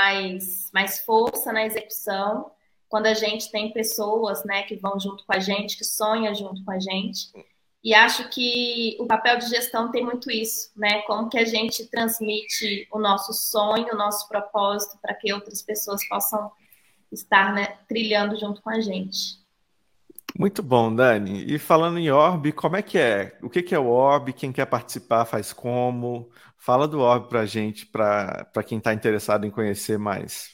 mais força na execução quando a gente tem pessoas, né, que vão junto com a gente, que sonham junto com a gente. E acho que o papel de gestão tem muito isso, né? Como que a gente transmite o nosso sonho, o nosso propósito para que outras pessoas possam estar, né, trilhando junto com a gente. Muito bom, Dani. E falando em Orb, como é que é? O que que é o Orb? Quem quer participar faz como? Fala do Orb pra gente, para quem está interessado em conhecer mais.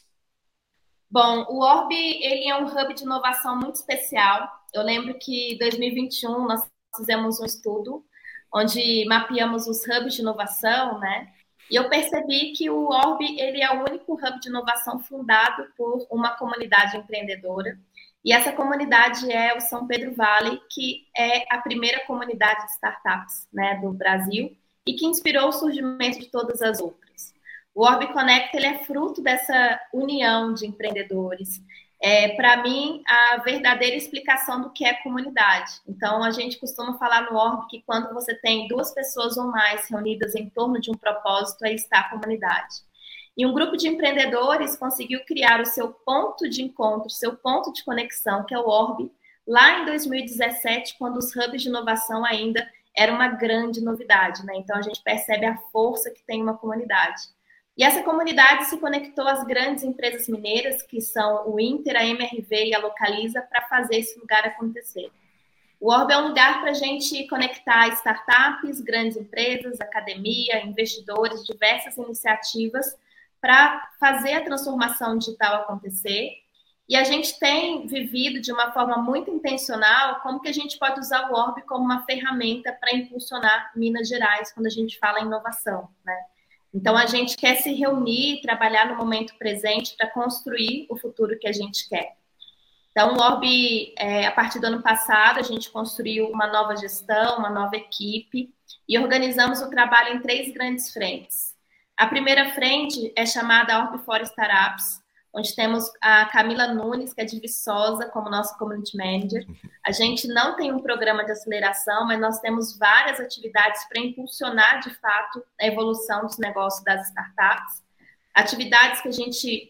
Bom, o Orb, ele é um hub de inovação muito especial. Eu lembro que em 2021 nós fizemos um estudo onde mapeamos os hubs de inovação, né? E eu percebi que o Orb, ele é o único hub de inovação fundado por uma comunidade empreendedora. E essa comunidade é o São Pedro Vale, que é a primeira comunidade de startups, né, do Brasil e que inspirou o surgimento de todas as outras. O Orb Connect ele é fruto dessa união de empreendedores. Para mim, a verdadeira explicação do que é comunidade. Então, a gente costuma falar no Orb que quando você tem duas pessoas ou mais reunidas em torno de um propósito, aí está a comunidade. E um grupo de empreendedores conseguiu criar o seu ponto de encontro, seu ponto de conexão, que é o Orb, lá em 2017, quando os hubs de inovação ainda era uma grande novidade, né? Então, a gente percebe a força que tem uma comunidade. E essa comunidade se conectou às grandes empresas mineiras, que são o Inter, a MRV e a Localiza, para fazer esse lugar acontecer. O Orb é um lugar para a gente conectar startups, grandes empresas, academia, investidores, diversas iniciativas, para fazer a transformação digital acontecer. E a gente tem vivido de uma forma muito intencional como que a gente pode usar o Orb como uma ferramenta para impulsionar Minas Gerais quando a gente fala em inovação, né? Então, a gente quer se reunir, trabalhar no momento presente para construir o futuro que a gente quer. Então, o Orb, a partir do ano passado, a gente construiu uma nova gestão, uma nova equipe e organizamos o trabalho em 3 grandes frentes. A primeira frente é chamada Orb for Startups, onde temos a Camila Nunes, que é de Viçosa, como nosso Community Manager. A gente não tem um programa de aceleração, mas nós temos várias atividades para impulsionar, de fato, a evolução dos negócios das startups. Atividades que a gente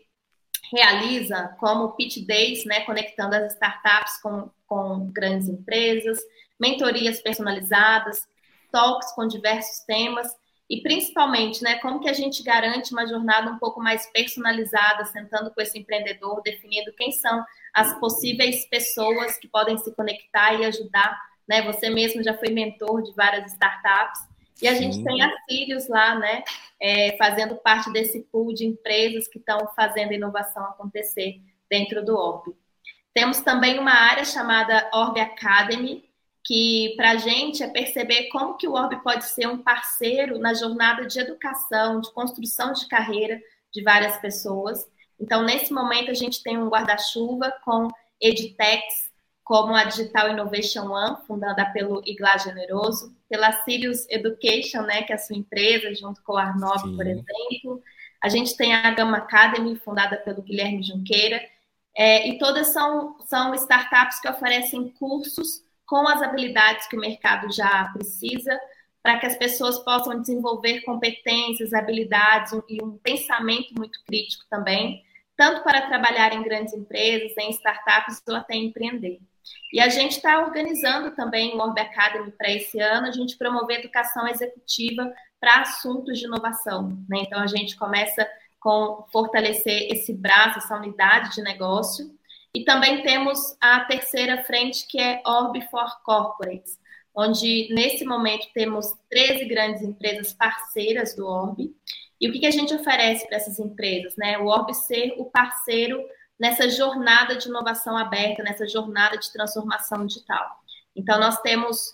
realiza, como Pitch Days, né, conectando as startups com grandes empresas, mentorias personalizadas, talks com diversos temas, e principalmente, né, como que a gente garante uma jornada um pouco mais personalizada, sentando com esse empreendedor, definindo quem são as possíveis pessoas que podem se conectar e ajudar, né? Você mesmo já foi mentor de várias startups, e a gente tem a Sirius lá, né, fazendo parte desse pool de empresas que estão fazendo a inovação acontecer dentro do Orb. Temos também uma área chamada Orb Academy, que para a gente é perceber como que o Orb pode ser um parceiro na jornada de educação, de construção de carreira de várias pessoas. Então, nesse momento, a gente tem um guarda-chuva com edtechs, como a Digital Innovation One, fundada pelo Igla Generoso, pela Sirius Education, né, que é a sua empresa, junto com o Arnob, por exemplo. A gente tem a Gama Academy, fundada pelo Guilherme Junqueira, e todas são startups que oferecem cursos com as habilidades que o mercado já precisa, para que as pessoas possam desenvolver competências, habilidades e um pensamento muito crítico também, tanto para trabalhar em grandes empresas, em startups ou até empreender. E a gente está organizando também o Orb Academy para esse ano, a gente promover educação executiva para assuntos de inovação, né? Então, a gente começa com fortalecer esse braço, essa unidade de negócio. E também temos a terceira frente, que é Orb for Corporates, onde, nesse momento, temos 13 grandes empresas parceiras do Orb. E o que a gente oferece para essas empresas, né? O Orb ser o parceiro nessa jornada de inovação aberta, nessa jornada de transformação digital. Então, nós temos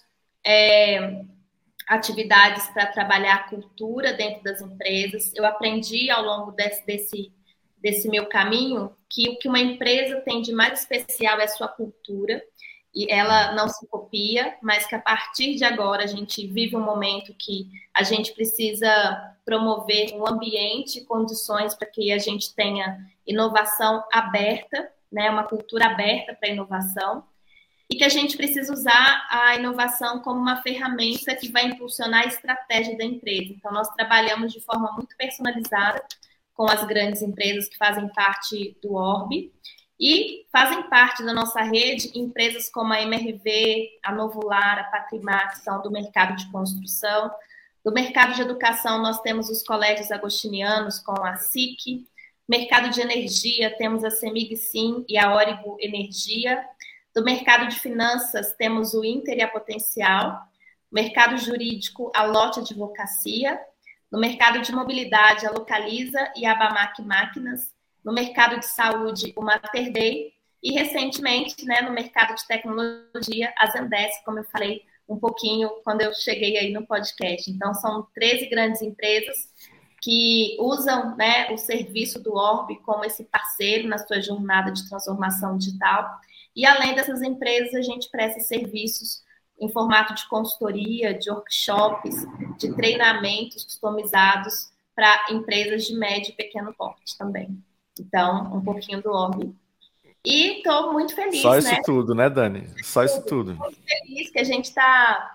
atividades para trabalhar a cultura dentro das empresas. Eu aprendi ao longo desse meu caminho que o que uma empresa tem de mais especial é a sua cultura, e ela não se copia, mas que a partir de agora a gente vive um momento que a gente precisa promover um ambiente e condições para que a gente tenha inovação aberta, né, uma cultura aberta para a inovação, e que a gente precisa usar a inovação como uma ferramenta que vai impulsionar a estratégia da empresa. Então, nós trabalhamos de forma muito personalizada com as grandes empresas que fazem parte do Orb, e fazem parte da nossa rede empresas como a MRV, a Novular, a Patrimar, que são do mercado de construção. Do mercado de educação, nós temos os colégios agostinianos com a SIC. Mercado de energia, temos a Semig Sim e a Origo Energia. Do mercado de finanças, temos o Inter e a Potencial. Mercado jurídico, a Lote Advocacia. No mercado de mobilidade, a Localiza e a Bamac Máquinas. No mercado de saúde, o Mater Dei, e recentemente, né, no mercado de tecnologia, a Zendesk, como eu falei um pouquinho quando eu cheguei aí no podcast. Então, são 13 grandes empresas que usam, né, o serviço do Orb como esse parceiro na sua jornada de transformação digital. E, além dessas empresas, a gente presta serviços em formato de consultoria, de workshops, de treinamentos customizados para empresas de médio e pequeno porte também. Então, um pouquinho do Orb. E estou muito feliz, Só isso, né? tudo, né, Dani? Só isso tudo. Muito feliz que a gente está...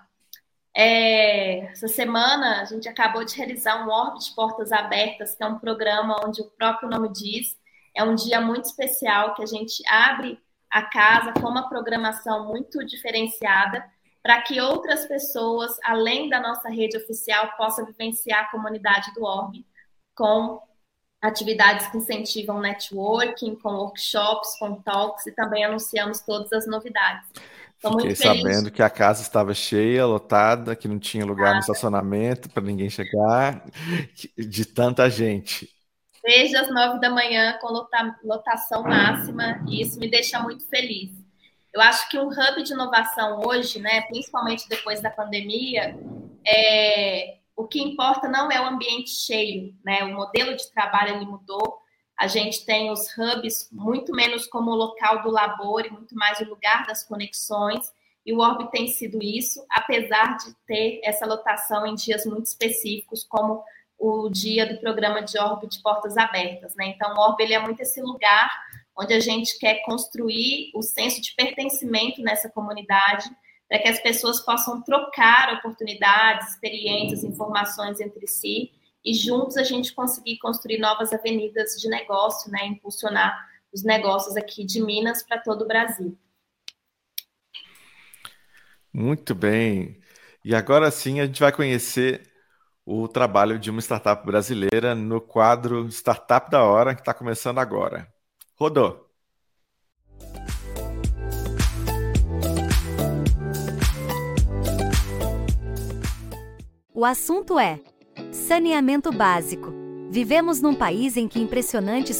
essa semana, a gente acabou de realizar um Orb de Portas Abertas, que é um programa onde o próprio nome diz, é um dia muito especial, que a gente abre a casa com uma programação muito diferenciada, para que outras pessoas, além da nossa rede oficial, possam vivenciar a comunidade do Orb com atividades que incentivam networking, com workshops, com talks, e também anunciamos todas as novidades. Estou Fiquei muito feliz. sabendo que a casa estava cheia, lotada, que não tinha lugar no estacionamento para ninguém chegar, de tanta gente. desde as 9 da manhã com lotação máxima, e isso me deixa muito feliz. Eu acho que um hub de inovação hoje, né, principalmente depois da pandemia, o que importa não é o ambiente cheio, né? O modelo de trabalho ele mudou. A gente tem os hubs muito menos como o local do labor e muito mais o lugar das conexões. E o Orb tem sido isso, apesar de ter essa lotação em dias muito específicos, como o dia do programa de Orb de Portas Abertas, né? Então, o Orb ele é muito esse lugar onde a gente quer construir o senso de pertencimento nessa comunidade, para que as pessoas possam trocar oportunidades, experiências, informações entre si, e juntos a gente conseguir construir novas avenidas de negócio, né? Impulsionar os negócios aqui de Minas para todo o Brasil. Muito bem. E agora sim a gente vai conhecer o trabalho de uma startup brasileira no quadro Startup da Hora, que está começando agora. Rodou. O assunto é saneamento básico. Vivemos num país em que impressionantes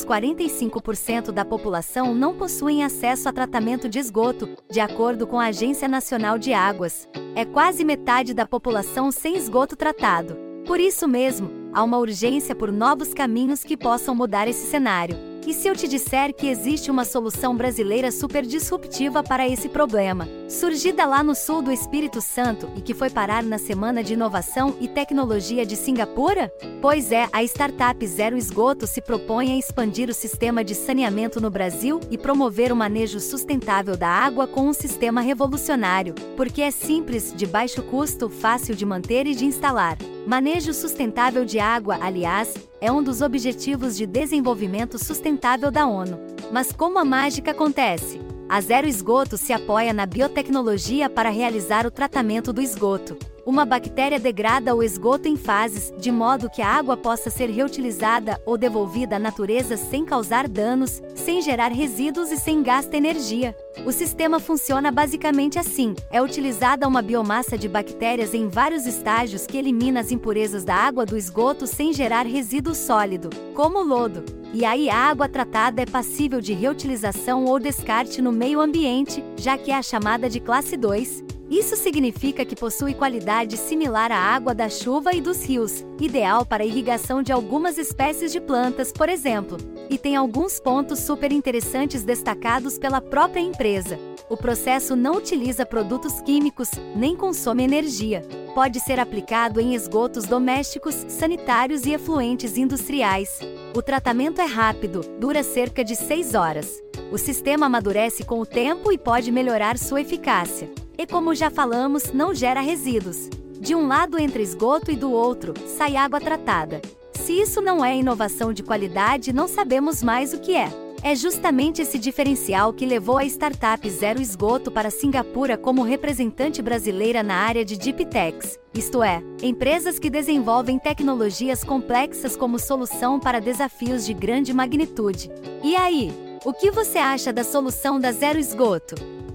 45% da população não possuem acesso a tratamento de esgoto, de acordo com a Agência Nacional de Águas. É quase metade da população sem esgoto tratado. Por isso mesmo, há uma urgência por novos caminhos que possam mudar esse cenário. E se eu te disser que existe uma solução brasileira super disruptiva para esse problema, surgida lá no sul do Espírito Santo e que foi parar na Semana de Inovação e Tecnologia de Singapura? Pois é, a startup Zero Esgoto se propõe a expandir o sistema de saneamento no Brasil e promover o manejo sustentável da água com um sistema revolucionário, porque é simples, de baixo custo, fácil de manter e de instalar. Manejo sustentável de água, aliás, é um dos Objetivos de Desenvolvimento Sustentável da ONU. Mas como a mágica acontece? A Zero Esgoto se apoia na biotecnologia para realizar o tratamento do esgoto. Uma bactéria degrada o esgoto em fases, de modo que a água possa ser reutilizada ou devolvida à natureza sem causar danos, sem gerar resíduos e sem gasta energia. O sistema funciona basicamente assim: é utilizada uma biomassa de bactérias em vários estágios que elimina as impurezas da água do esgoto sem gerar resíduo sólido, como lodo. E aí a água tratada é passível de reutilização ou descarte no meio ambiente, já que é a chamada de classe 2. Isso significa que possui qualidade similar à água da chuva e dos rios, ideal para a irrigação de algumas espécies de plantas, por exemplo. E tem alguns pontos super interessantes destacados pela própria empresa. O processo não utiliza produtos químicos, nem consome energia. Pode ser aplicado em esgotos domésticos, sanitários e efluentes industriais. O tratamento é rápido, dura cerca de 6 horas. O sistema amadurece com o tempo e pode melhorar sua eficácia. E como já falamos, não gera resíduos. De um lado entra esgoto e do outro sai água tratada. Se isso não é inovação de qualidade, não sabemos mais o que é. É justamente esse diferencial que levou a startup Zero Esgoto para Singapura como representante brasileira na área de Deep Techs, isto é, empresas que desenvolvem tecnologias complexas como solução para desafios de grande magnitude. E aí, o que você acha da solução da Zero Esgoto?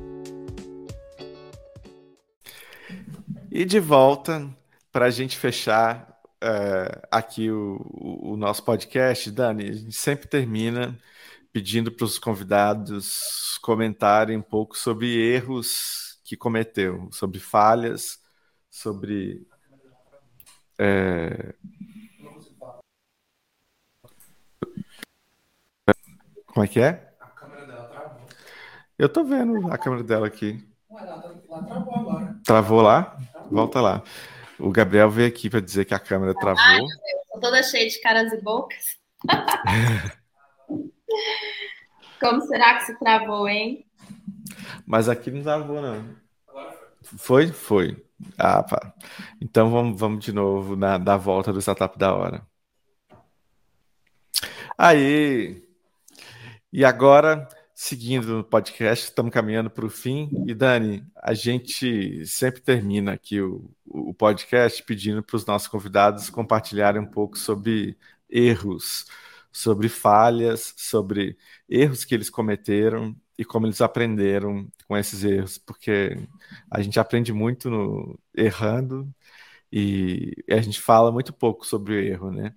E de volta, para a gente fechar aqui o nosso podcast, Dani, a gente sempre termina pedindo para os convidados comentarem um pouco sobre erros que cometeu, sobre falhas, sobre... Como é que é? A câmera dela travou. Eu tô vendo a câmera dela aqui. Ué, ela travou agora. Travou lá? Volta lá. O Gabriel veio aqui para dizer que a câmera travou. Ai, meu Deus, tô toda cheia de caras e bocas. Como será que se travou, hein? Mas aqui não travou, não. Foi? Foi. Ah, pá. Então vamos de novo da volta do Startup da Hora. Aí. E agora, seguindo no podcast, estamos caminhando para o fim. E Dani, a gente sempre termina aqui o podcast pedindo para os nossos convidados compartilharem um pouco sobre erros, sobre falhas, sobre erros que eles cometeram e como eles aprenderam com esses erros, porque a gente aprende muito errando e a gente fala muito pouco sobre o erro, né?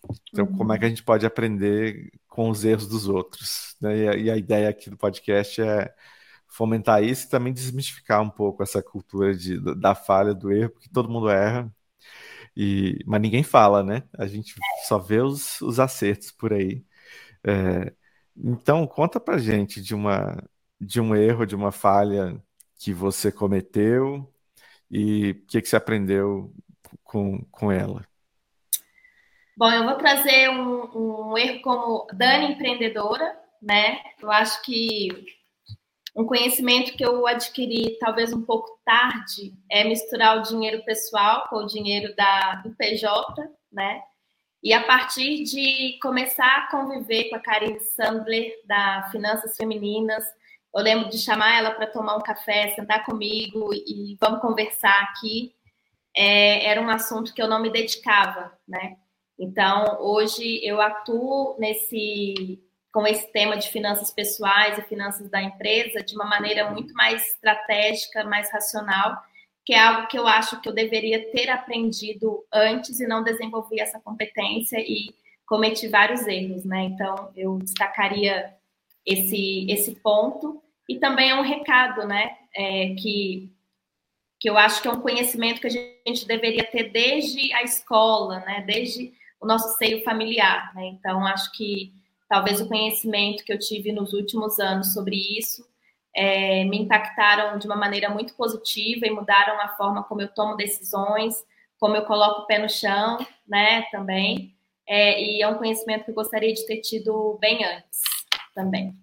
Então, como é que a gente pode aprender com os erros dos outros, né? E a ideia aqui do podcast é fomentar isso e também desmistificar um pouco essa cultura da falha, do erro, porque todo mundo erra, mas ninguém fala, né? A gente só vê os acertos por aí. É, então, conta pra gente de um erro, de uma falha que você cometeu e o que você aprendeu com ela. Bom, eu vou trazer um erro como Dani empreendedora, né? Eu acho que um conhecimento que eu adquiri talvez um pouco tarde é misturar o dinheiro pessoal com o dinheiro do PJ, né? E a partir de começar a conviver com a Karine Sandler, da Finanças Femininas, eu lembro de chamar ela para tomar um café, sentar comigo e vamos conversar aqui. Era um assunto que eu não me dedicava, né? Então, hoje eu atuo com esse tema de finanças pessoais e finanças da empresa de uma maneira muito mais estratégica, mais racional, que é algo que eu acho que eu deveria ter aprendido antes e não desenvolvi essa competência e cometi vários erros, né? Então, eu destacaria esse ponto. E também é um recado, né? Que eu acho que é um conhecimento que a gente deveria ter desde a escola, né? Desde o nosso seio familiar, né? Então, acho que talvez o conhecimento que eu tive nos últimos anos sobre isso me impactaram de uma maneira muito positiva e mudaram a forma como eu tomo decisões, como eu coloco o pé no chão, né, também. E é um conhecimento que eu gostaria de ter tido bem antes também.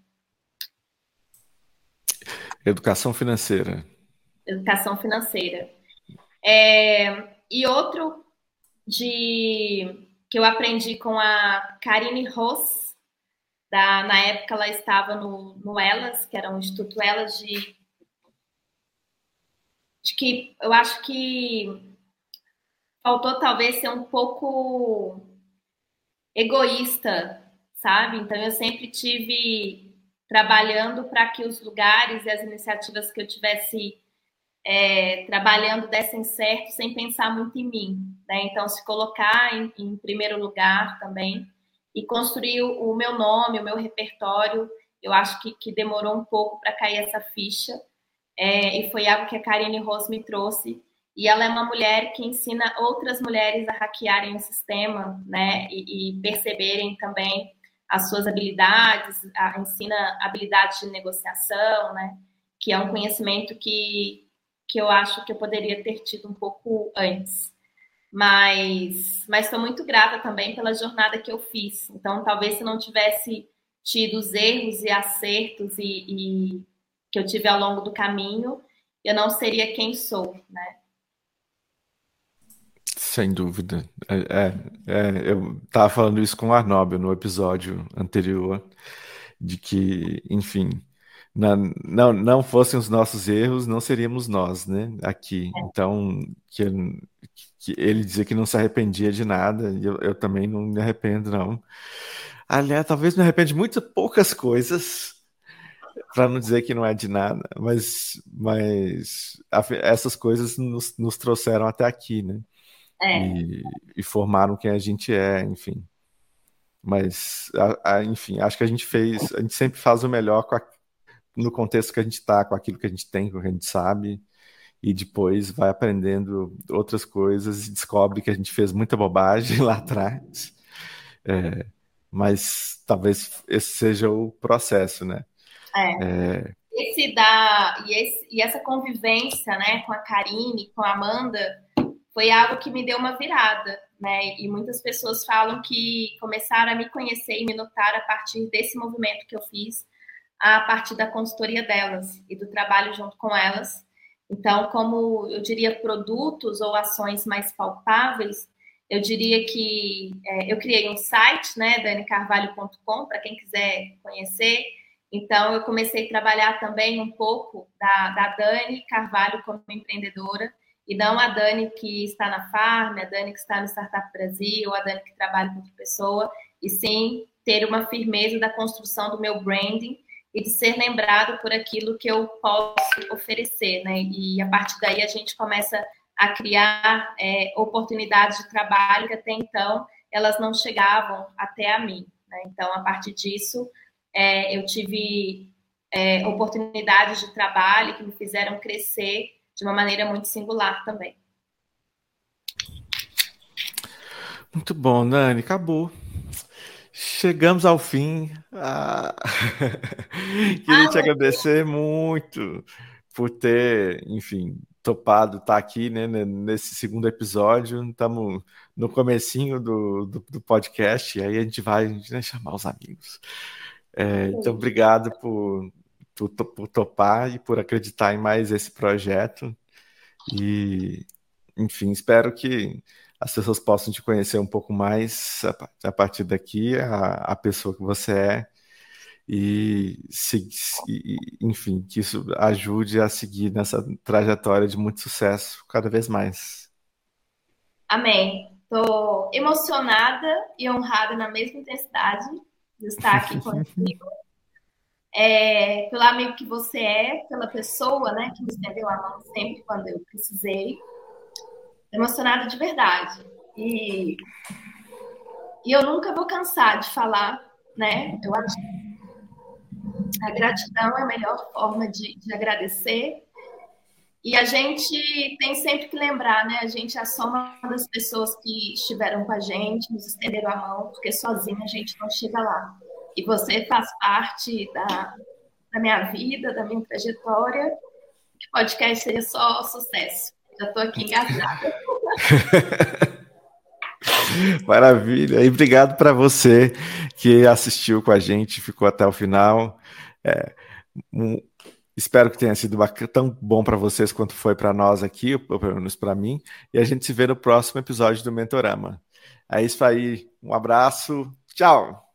Educação financeira. Educação financeira. E outro que eu aprendi com a Karine Ross, na época ela estava no Elas, que era um Instituto Elas de que eu acho que faltou talvez ser um pouco egoísta, sabe? Então eu sempre tive trabalhando para que os lugares e as iniciativas que eu tivesse trabalhando dessem certo sem pensar muito em mim, né? Então se colocar em primeiro lugar também e construir o meu nome, o meu repertório, eu acho que demorou um pouco para cair essa ficha, e foi algo que a Karine Ross me trouxe, e ela é uma mulher que ensina outras mulheres a hackearem o sistema, né, e perceberem também as suas habilidades, ensina habilidades de negociação, né, que é um conhecimento que eu acho que eu poderia ter tido um pouco antes. Mas estou muito grata também pela jornada que eu fiz. Então, talvez se não tivesse tido os erros e acertos e que eu tive ao longo do caminho, eu não seria quem sou, né? Sem dúvida. Eu estava falando isso com o Arnóbio no episódio anterior, de que, enfim, não fossem os nossos erros, não seríamos nós, né, aqui. Então, que ele dizia que não se arrependia de nada, e eu também não me arrependo, não. Aliás, talvez me arrependo de muitas poucas coisas, para não dizer que não é de nada, mas essas coisas nos trouxeram até aqui, né? E formaram quem a gente é, enfim. Mas, enfim, acho que a gente sempre faz o melhor no contexto que a gente está, com aquilo que a gente tem, com o que a gente sabe, e depois vai aprendendo outras coisas e descobre que a gente fez muita bobagem lá atrás. Mas talvez esse seja o processo, né? E essa convivência, né, com a Karine, com a Amanda, foi algo que me deu uma virada, né? E muitas pessoas falam que começaram a me conhecer e me notar a partir desse movimento que eu fiz, a partir da consultoria delas e do trabalho junto com elas. Então, como eu diria, produtos ou ações mais palpáveis, eu diria que eu criei um site, né, danicarvalho.com, para quem quiser conhecer. Então, eu comecei a trabalhar também um pouco da Dani Carvalho como empreendedora, e não a Dani que está na Farm, a Dani que está no Startup Brasil, a Dani que trabalha com outra pessoa, e sim ter uma firmeza da construção do meu branding e de ser lembrado por aquilo que eu posso oferecer, né? E a partir daí a gente começa a criar oportunidades de trabalho que até então elas não chegavam até a mim, né? Então, a partir disso, eu tive oportunidades de trabalho que me fizeram crescer de uma maneira muito singular também. Muito bom, Nani, acabou. Chegamos ao fim. Queria te agradecer muito por ter, enfim, topado estar aqui, né, nesse segundo episódio. Estamos no comecinho do podcast, e aí a gente vai, né, chamar os amigos. Então, obrigado por topar e por acreditar em mais esse projeto. E, enfim, espero que as pessoas possam te conhecer um pouco mais a partir daqui, a pessoa que você é, e, enfim, que isso ajude a seguir nessa trajetória de muito sucesso cada vez mais. Amém. Estou emocionada e honrada na mesma intensidade de estar aqui contigo. Pelo amigo que você é, pela pessoa, né, que me estendeu a mão sempre quando eu precisei. Emocionada de verdade. E eu nunca vou cansar de falar, né? Eu acho que a gratidão é a melhor forma de agradecer. E a gente tem sempre que lembrar, né? A gente é a soma das pessoas que estiveram com a gente, nos estenderam a mão, porque sozinha a gente não chega lá. E você faz parte da minha vida, da minha trajetória. Que podcast seria só sucesso. Já estou aqui engasgada. Maravilha. E obrigado para você que assistiu com a gente, ficou até o final. Espero que tenha sido tão bom para vocês quanto foi para nós aqui, ou pelo menos para mim. E a gente se vê no próximo episódio do Mentorama. É isso aí. Um abraço. Tchau.